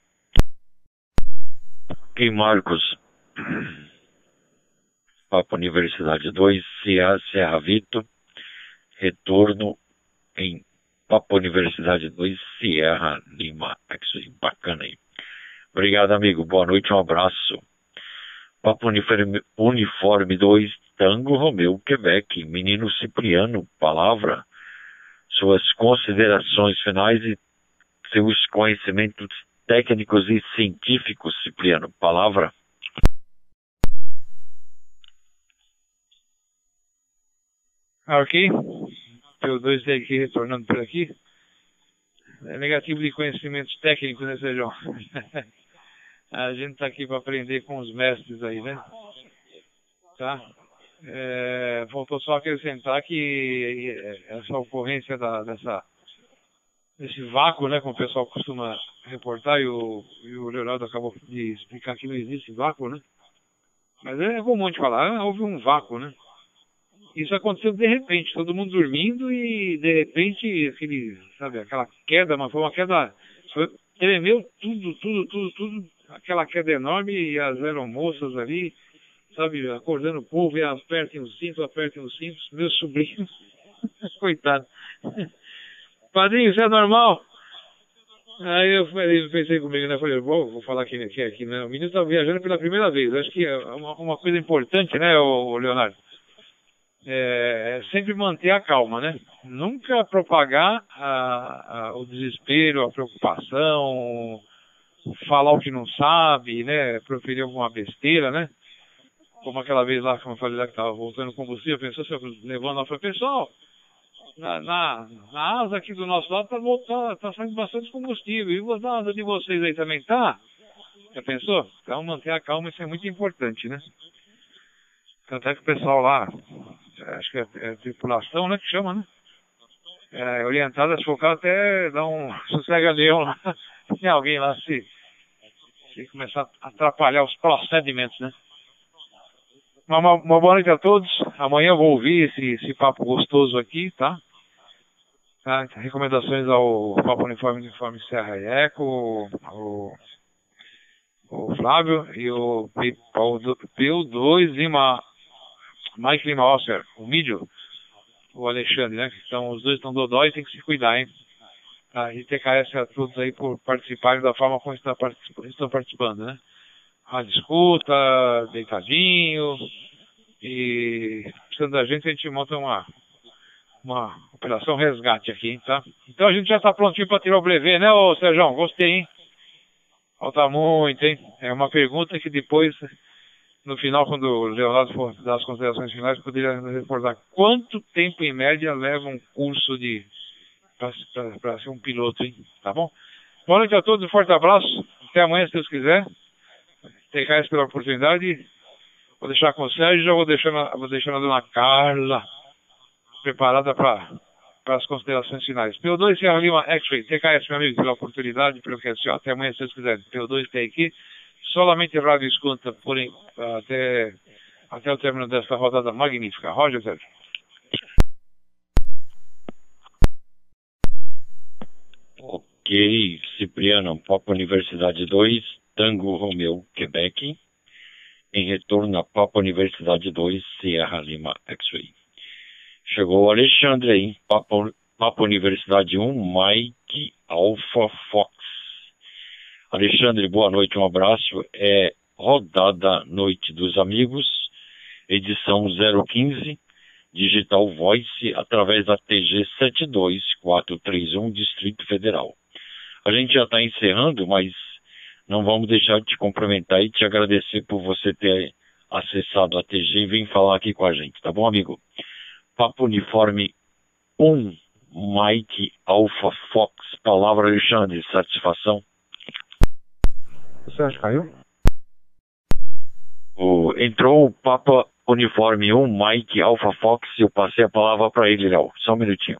Ok, Marcos. Papa Universidade 2, Serra Vitor. Retorno em Papa Universidade 2, Sierra Lima. Bacana aí. Obrigado, amigo. Boa noite, um abraço. Papa Uniforme 2, Tango Romeu, Quebec. Menino Cipriano, palavra. Suas considerações finais e seus conhecimentos técnicos e científicos, Cipriano, palavra. Ok. P2 tem aqui, retornando por aqui. É negativo de conhecimentos técnicos, né, Sérgio? A gente está aqui para aprender com os mestres aí, né? Tá? Faltou só acrescentar que essa ocorrência desse vácuo, né, como o pessoal costuma reportar, e o Leonardo acabou de explicar que não existe vácuo, né? Mas é comum de falar, houve um vácuo, né? Isso aconteceu de repente, todo mundo dormindo e de repente aquela queda, mas foi uma queda, tremeu tudo, aquela queda enorme e as aeromoças ali, sabe, acordando o povo e apertem os cintos, meus sobrinhos, coitado. Padrinho, isso é normal? Aí eu pensei comigo, né, falei, vou falar aqui, né, o menino está viajando pela primeira vez, acho que é uma coisa importante, né, o Leonardo? Sempre manter a calma, né? Nunca propagar o desespero, a preocupação, falar o que não sabe, né? Proferir alguma besteira, né? Como aquela vez lá, como eu falei lá, que estava voltando combustível, pensou, levando lá, falei, pessoal, na asa aqui do nosso lado tá saindo bastante combustível, e na asa de vocês aí também tá? Já pensou? Então manter a calma, isso é muito importante, né? Tanto é que o pessoal lá, acho que é tripulação, né, que chama, né? Orientada, se for o caso, até dar um sossega-leão lá. Tem alguém lá se começar a atrapalhar os procedimentos, né? Uma boa noite a todos. Amanhã eu vou ouvir esse papo gostoso aqui, tá? Recomendações ao Papa Uniforme Serra e Eco, o Flávio e o P2 e Mike Lima Oscar, o Mídio, o Alexandre, né? Então os dois estão dodói e tem que se cuidar, hein? E TKS a todos aí por participarem da forma como estão participando, né? Rádio escuta, deitadinho, e precisando da gente, a gente monta uma operação resgate aqui, hein, tá? Então a gente já está prontinho para tirar o brevet, né, ô Sérgio? Gostei, hein? Falta muito, hein? É uma pergunta que depois, no final, quando o Leonardo for dar as considerações finais, poderia recordar quanto tempo em média leva um curso para ser um piloto, hein? Tá bom? Boa noite a todos, um forte abraço. Até amanhã, se Deus quiser. TKS pela oportunidade. Vou deixar com o Sérgio e já vou deixando a dona Carla preparada para as considerações finais. P2 Serra Lima X-Ray. TKS, meu amigo, pela oportunidade, pelo que é assim, até amanhã, se Deus quiser. P2 tem aqui. Solamente rádio escuta, porém, até o término desta rodada magnífica. Roger, Sérgio. Ok, Cipriano, Papa Universidade 2, Tango Romeu, Quebec. Em retorno a Papa Universidade 2, Sierra Lima X-Ray. Chegou o Alexandre aí, Papa Universidade 1, Mike Alpha Fox. Alexandre, boa noite, um abraço. Rodada Noite dos Amigos, edição 015, Digital Voice, através da TG 72431, Distrito Federal. A gente já está encerrando, mas não vamos deixar de te cumprimentar e te agradecer por você ter acessado a TG e vir falar aqui com a gente, tá bom, amigo? Papa Uniforme 1, Mike Alpha Fox. Palavra, Alexandre, satisfação? O Sérgio caiu? Entrou o Papa Uniforme 1, Mike Alpha Fox, e eu passei a palavra para ele, Léo. Só um minutinho.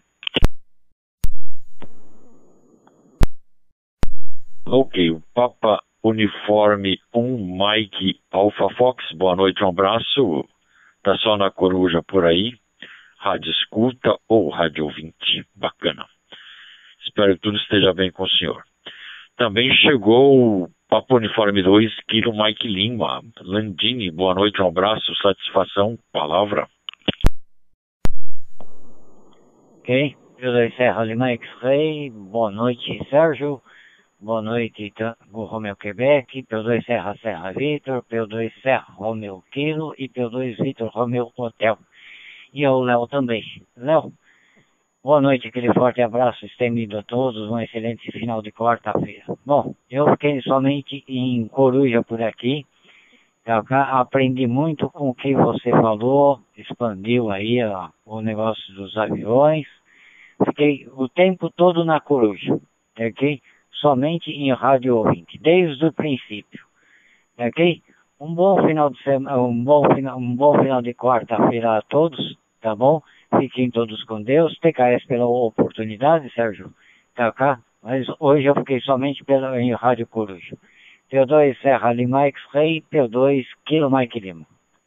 Ok, o Papa Uniforme 1, Mike Alpha Fox, boa noite, um abraço. Tá só na coruja por aí. Rádio escuta ou rádio ouvinte. Bacana. Espero que tudo esteja bem com o senhor. Também chegou o Papa Uniforme 2, Kilo Mike Lima. Landini, boa noite, um abraço, satisfação, palavra. Ok, P2 Serra Lima X-Ray, boa noite, Sérgio. Boa noite, Tango Romeo Quebec, P2 Serra Serra Vitor, P2 Serra Romeo Kilo e P2 Vitor Romeo Hotel. E ao Léo também. Léo, boa noite, aquele forte abraço estemido a todos, um excelente final de quarta-feira. Bom, eu fiquei somente em Coruja por aqui, aprendi muito com o que você falou, expandiu aí o negócio dos aviões. Fiquei o tempo todo na Coruja, ok? Somente em rádio ouvinte, desde o princípio, ok? Um bom final de semana, um bom final de quarta-feira a todos, tá bom? Fiquem todos com Deus. TKS pela oportunidade, Sérgio, tá? Mas hoje eu fiquei somente em rádio Coruja. P2 Serra Lima X-Ray, P2 Kilo Mike Lima.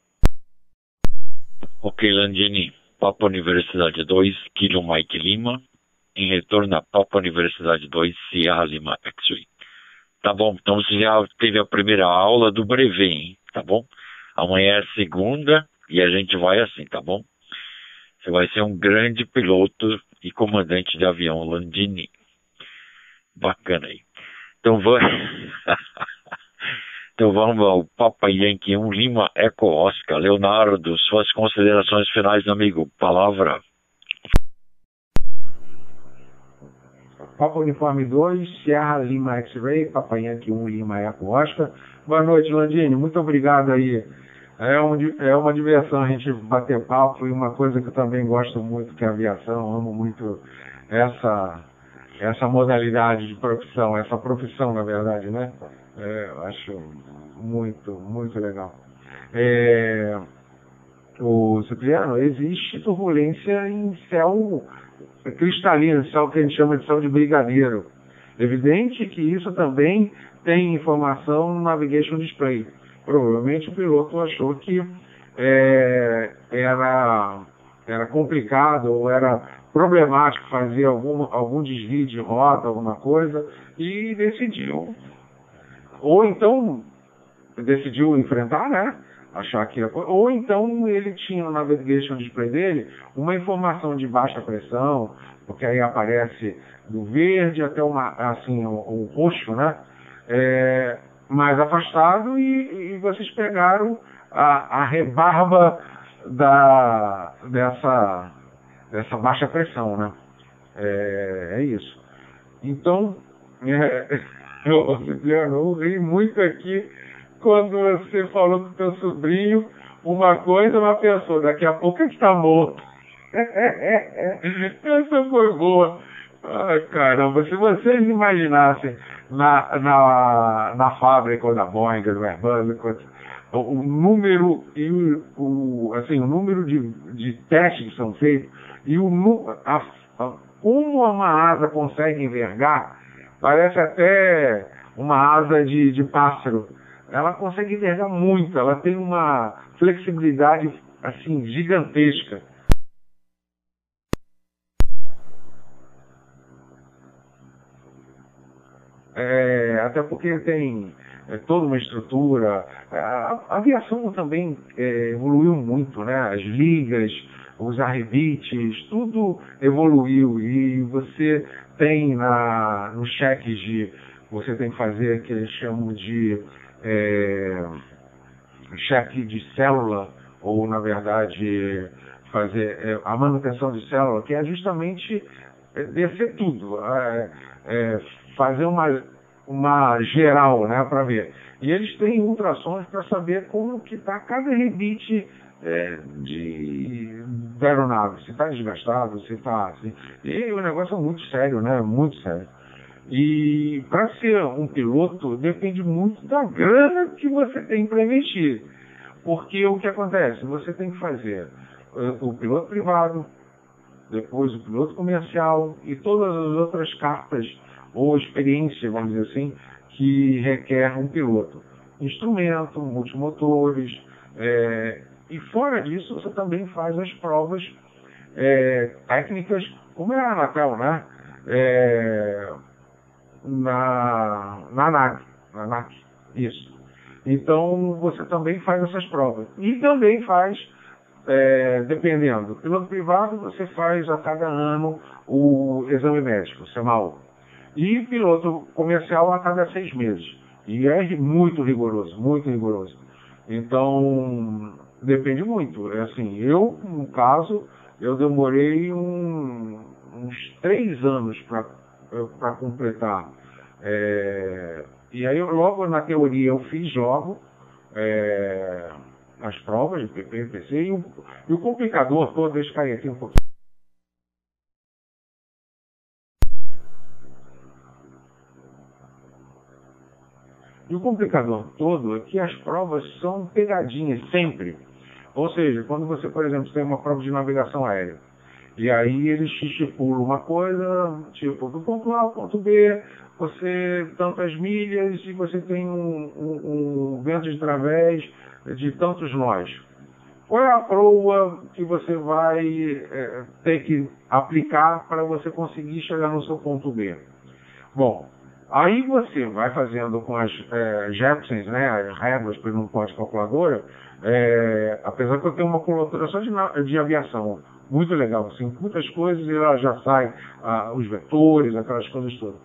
Ok, Landini, Papa Universidade 2, Kilo Mike Lima, em retorno a Papa Universidade 2, Sierra Lima X-Ray. Tá bom, então você já teve a primeira aula do brevet, hein? Tá bom? Amanhã é segunda e a gente vai assim, tá bom? Você vai ser um grande piloto e comandante de avião, Landini. Bacana aí. Então vamos ao Papa Yankee 1 Lima Eco Oscar. Leonardo, suas considerações finais, amigo. Palavra. Papa Uniforme 2, Sierra Lima X-Ray, Papa Yankee 1 Lima Eco Oscar. Boa noite, Landini. Muito obrigado aí. É uma diversão a gente bater papo e uma coisa que eu também gosto muito, que é a aviação. Amo muito essa modalidade de profissão, essa profissão, na verdade, né? Eu acho muito, muito legal. O Cipriano, existe turbulência em céu cristalino, céu que a gente chama de céu de brigadeiro. Evidente que isso também tem informação no Navigation Display. Provavelmente o piloto achou que era complicado ou era problemático fazer algum desvio de rota, alguma coisa, e decidiu. Ou então decidiu enfrentar, né? Achar que ou então ele tinha no Navigation Display dele uma informação de baixa pressão, porque aí aparece do verde até o roxo, né? Mais afastado, e vocês pegaram a rebarba dessa baixa pressão, né? É isso. Então, eu ri muito aqui quando você falou do teu sobrinho uma coisa, uma pessoa, daqui a pouco ele está morto. Essa foi boa. Ai, caramba, se vocês imaginassem na fábrica ou na Boeing, do Airbus, o número e o número de testes que são feitos e como uma asa consegue envergar, parece até uma asa de pássaro. Ela consegue envergar muito, ela tem uma flexibilidade assim gigantesca. Até porque tem toda uma estrutura. A aviação também evoluiu muito, né? As ligas, os arrebites, tudo evoluiu. E você tem nos cheques você tem que fazer que eles chamam de cheque de célula, ou na verdade fazer a manutenção de célula, que é justamente descer tudo, fazer uma geral, né, para ver. E eles têm ultrassons para saber como que está cada rebite da aeronave, se está desgastado, se está assim. E o negócio é muito sério, né? Muito sério. E para ser um piloto depende muito da grana que você tem para investir. Porque o que acontece? Você tem que fazer o piloto privado, depois o piloto comercial e todas as outras cartas ou experiência, vamos dizer assim, que requer um piloto. Instrumento, multimotores, e fora disso você também faz as provas técnicas, como é a Anatel, né? Na ANAC, isso. Então você também faz essas provas. E também faz, dependendo, piloto privado você faz a cada ano o exame médico, o CEMAU. E piloto comercial a cada 6 meses. E é muito rigoroso, muito rigoroso. Então, depende muito. É assim, eu, no caso, eu demorei uns 3 anos para completar. E aí, logo na teoria, eu fiz logo as provas de PP e PC. E o complicador todo, deixa eu cair aqui um pouquinho. E o complicador todo é que as provas são pegadinhas, sempre. Ou seja, quando você, por exemplo, tem uma prova de navegação aérea, e aí eles te estipulam uma coisa, tipo, do ponto A ao ponto B, você tantas milhas e você tem um vento de través de tantos nós. Qual é a prova que você vai ter que aplicar para você conseguir chegar no seu ponto B? Bom, aí você vai fazendo com as Jetsons, né, as réguas para não pode calculadora, apesar que eu tenho uma calculadora só de aviação, muito legal, assim, muitas coisas, e ela já sai os vetores, aquelas coisas todas.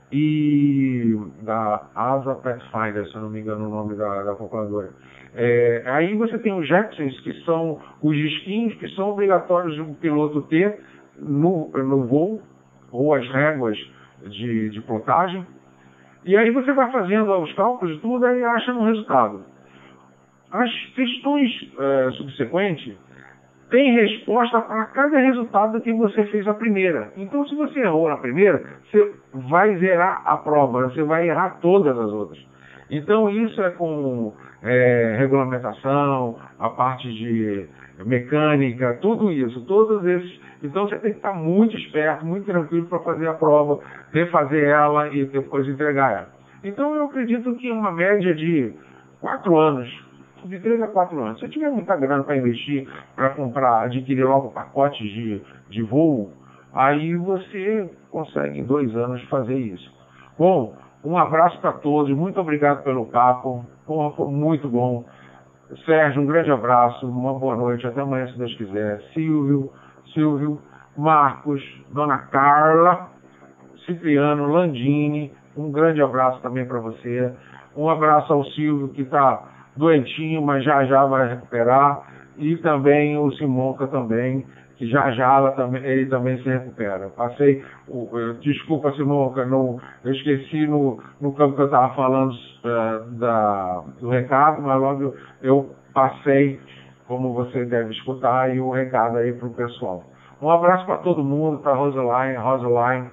E da ASA Pathfinder, se eu não me engano o nome da calculadora. Aí você tem os Jetsons, que são os disquinhos que são obrigatórios de um piloto ter no voo, ou as réguas de plotagem. E aí você vai fazendo os cálculos e tudo, aí acha no resultado. As questões subsequentes têm resposta para cada resultado que você fez a primeira. Então, se você errou na primeira, você vai zerar a prova, você vai errar todas as outras. Então, isso é com regulamentação, a parte de mecânica, tudo isso, todos esses. Então, você tem que estar muito esperto, muito tranquilo para fazer a prova, refazer ela e depois entregar ela. Então, eu acredito que uma média de 4 anos, de 3 a 4 anos. Se você tiver muita grana para investir, para adquirir logo pacotes de voo, aí você consegue em 2 anos fazer isso. Bom, um abraço para todos, muito obrigado pelo papo, foi muito bom. Sérgio, um grande abraço, uma boa noite, até amanhã se Deus quiser. Silvio, Marcos, Dona Carla, Cipriano, Landini, um grande abraço também para você. Um abraço ao Silvio, que está doentinho, mas já vai recuperar. E também o Simonca também, que já ele também se recupera. Desculpa, Simonca, eu esqueci no campo que eu estava falando do recado, mas logo eu passei, como você deve escutar, e o recado aí para o pessoal. Um abraço para todo mundo, para Roseline,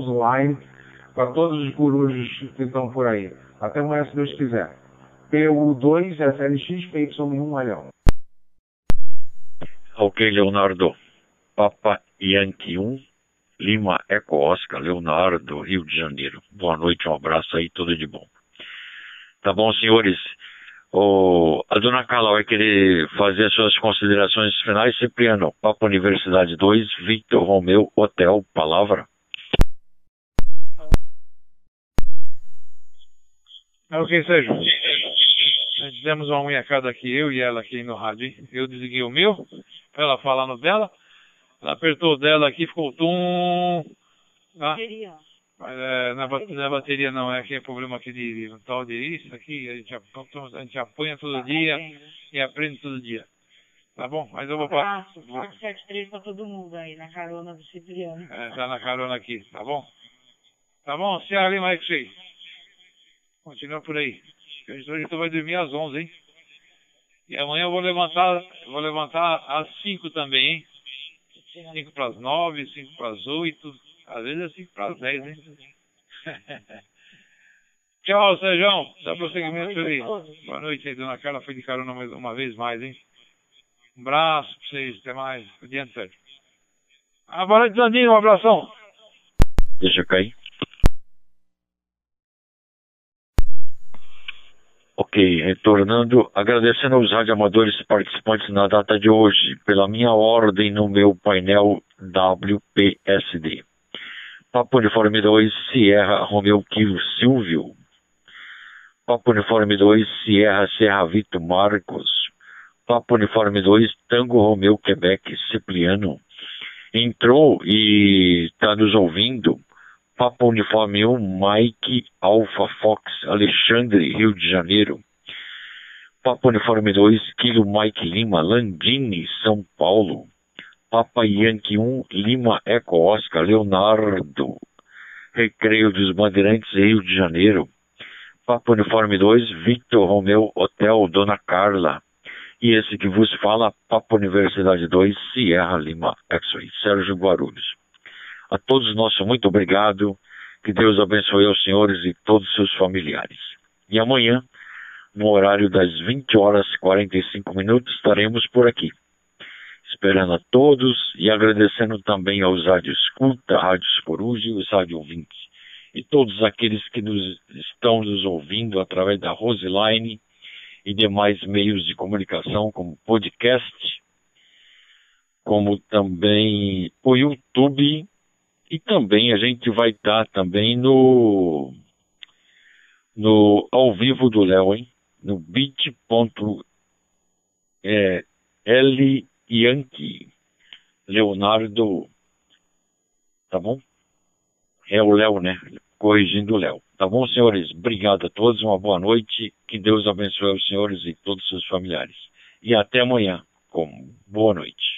para todos os gurus que estão por aí. Até amanhã, se Deus quiser. PU2, SLX, PY1, Leão. Ok, Leonardo. Papa Yankee 1, Lima Eco Oscar, Leonardo, Rio de Janeiro. Boa noite, um abraço aí, tudo de bom. Tá bom, senhores? A dona Carla vai querer fazer as suas considerações finais. Cipriano, Papa Universidade 2, Victor Romeu, Hotel, palavra. Ok, Sérgio. Nós demos uma munhecada aqui, eu e ela aqui no rádio, hein? Eu desliguei o meu, pra ela falar no dela. Ela apertou o dela aqui, ficou tum. Bateria. Mas não é bateria não, é que é problema aqui de um tal de isso aqui, a gente apanha todo dia e aprende todo dia. Tá bom? Mas eu vou passar. 73 pra todo mundo aí, na carona do Cipriano. Tá na carona aqui, tá bom? Tá bom? Serra Lima aí com vocês. Continua por aí. Hoje tu vai dormir às 11, hein? E amanhã eu vou levantar às 5 também, hein? 5 para as 9, 5 para as 8, às vezes é 5 para as 10, hein? Tchau, Sérgio. Dá prosseguimento aí. Boa noite aí, dona Carla. Foi de carona uma vez mais, hein? Um abraço pra vocês, até mais. Adiante, Sérgio. Boa noite, Landinho, um abração. Deixa eu cair. Ok, retornando, agradecendo aos radioamadores participantes na data de hoje, pela minha ordem no meu painel WPSD. Papo Uniforme 2, Sierra Romeu Kilo Silvio. Papo Uniforme 2, Sierra Serra Vito Marcos. Papo Uniforme 2, Tango Romeu Quebec Cipriano. Entrou e está nos ouvindo Papa Uniforme 1, Mike Alpha Fox, Alexandre, Rio de Janeiro. Papa Uniforme 2, Kilo Mike Lima, Landini, São Paulo. Papa Yankee 1, Lima Eco Oscar, Leonardo, Recreio dos Bandeirantes, Rio de Janeiro. Papa Uniforme 2, Victor Romeu, Hotel Dona Carla. E esse que vos fala, Papa Universidade 2, Sierra Lima X-Ray, Sérgio Guarulhos. A todos nosso muito obrigado, que Deus abençoe aos senhores e todos os seus familiares. E amanhã, no horário das 20 horas e 45 minutos, estaremos por aqui, esperando a todos e agradecendo também aos Rádio Escuta, Rádios Coruja e os Rádio Ouvintes, e todos aqueles que estão nos ouvindo através da Roseline e demais meios de comunicação, como podcast, como também o YouTube. E também a gente vai estar também no ao vivo do Léo, hein? No bit.l Yankee Leonardo, tá bom? É o Léo, né? Corrigindo o Léo. Tá bom, senhores? Obrigado a todos, uma boa noite. Que Deus abençoe os senhores e todos os seus familiares. E até amanhã. Boa noite.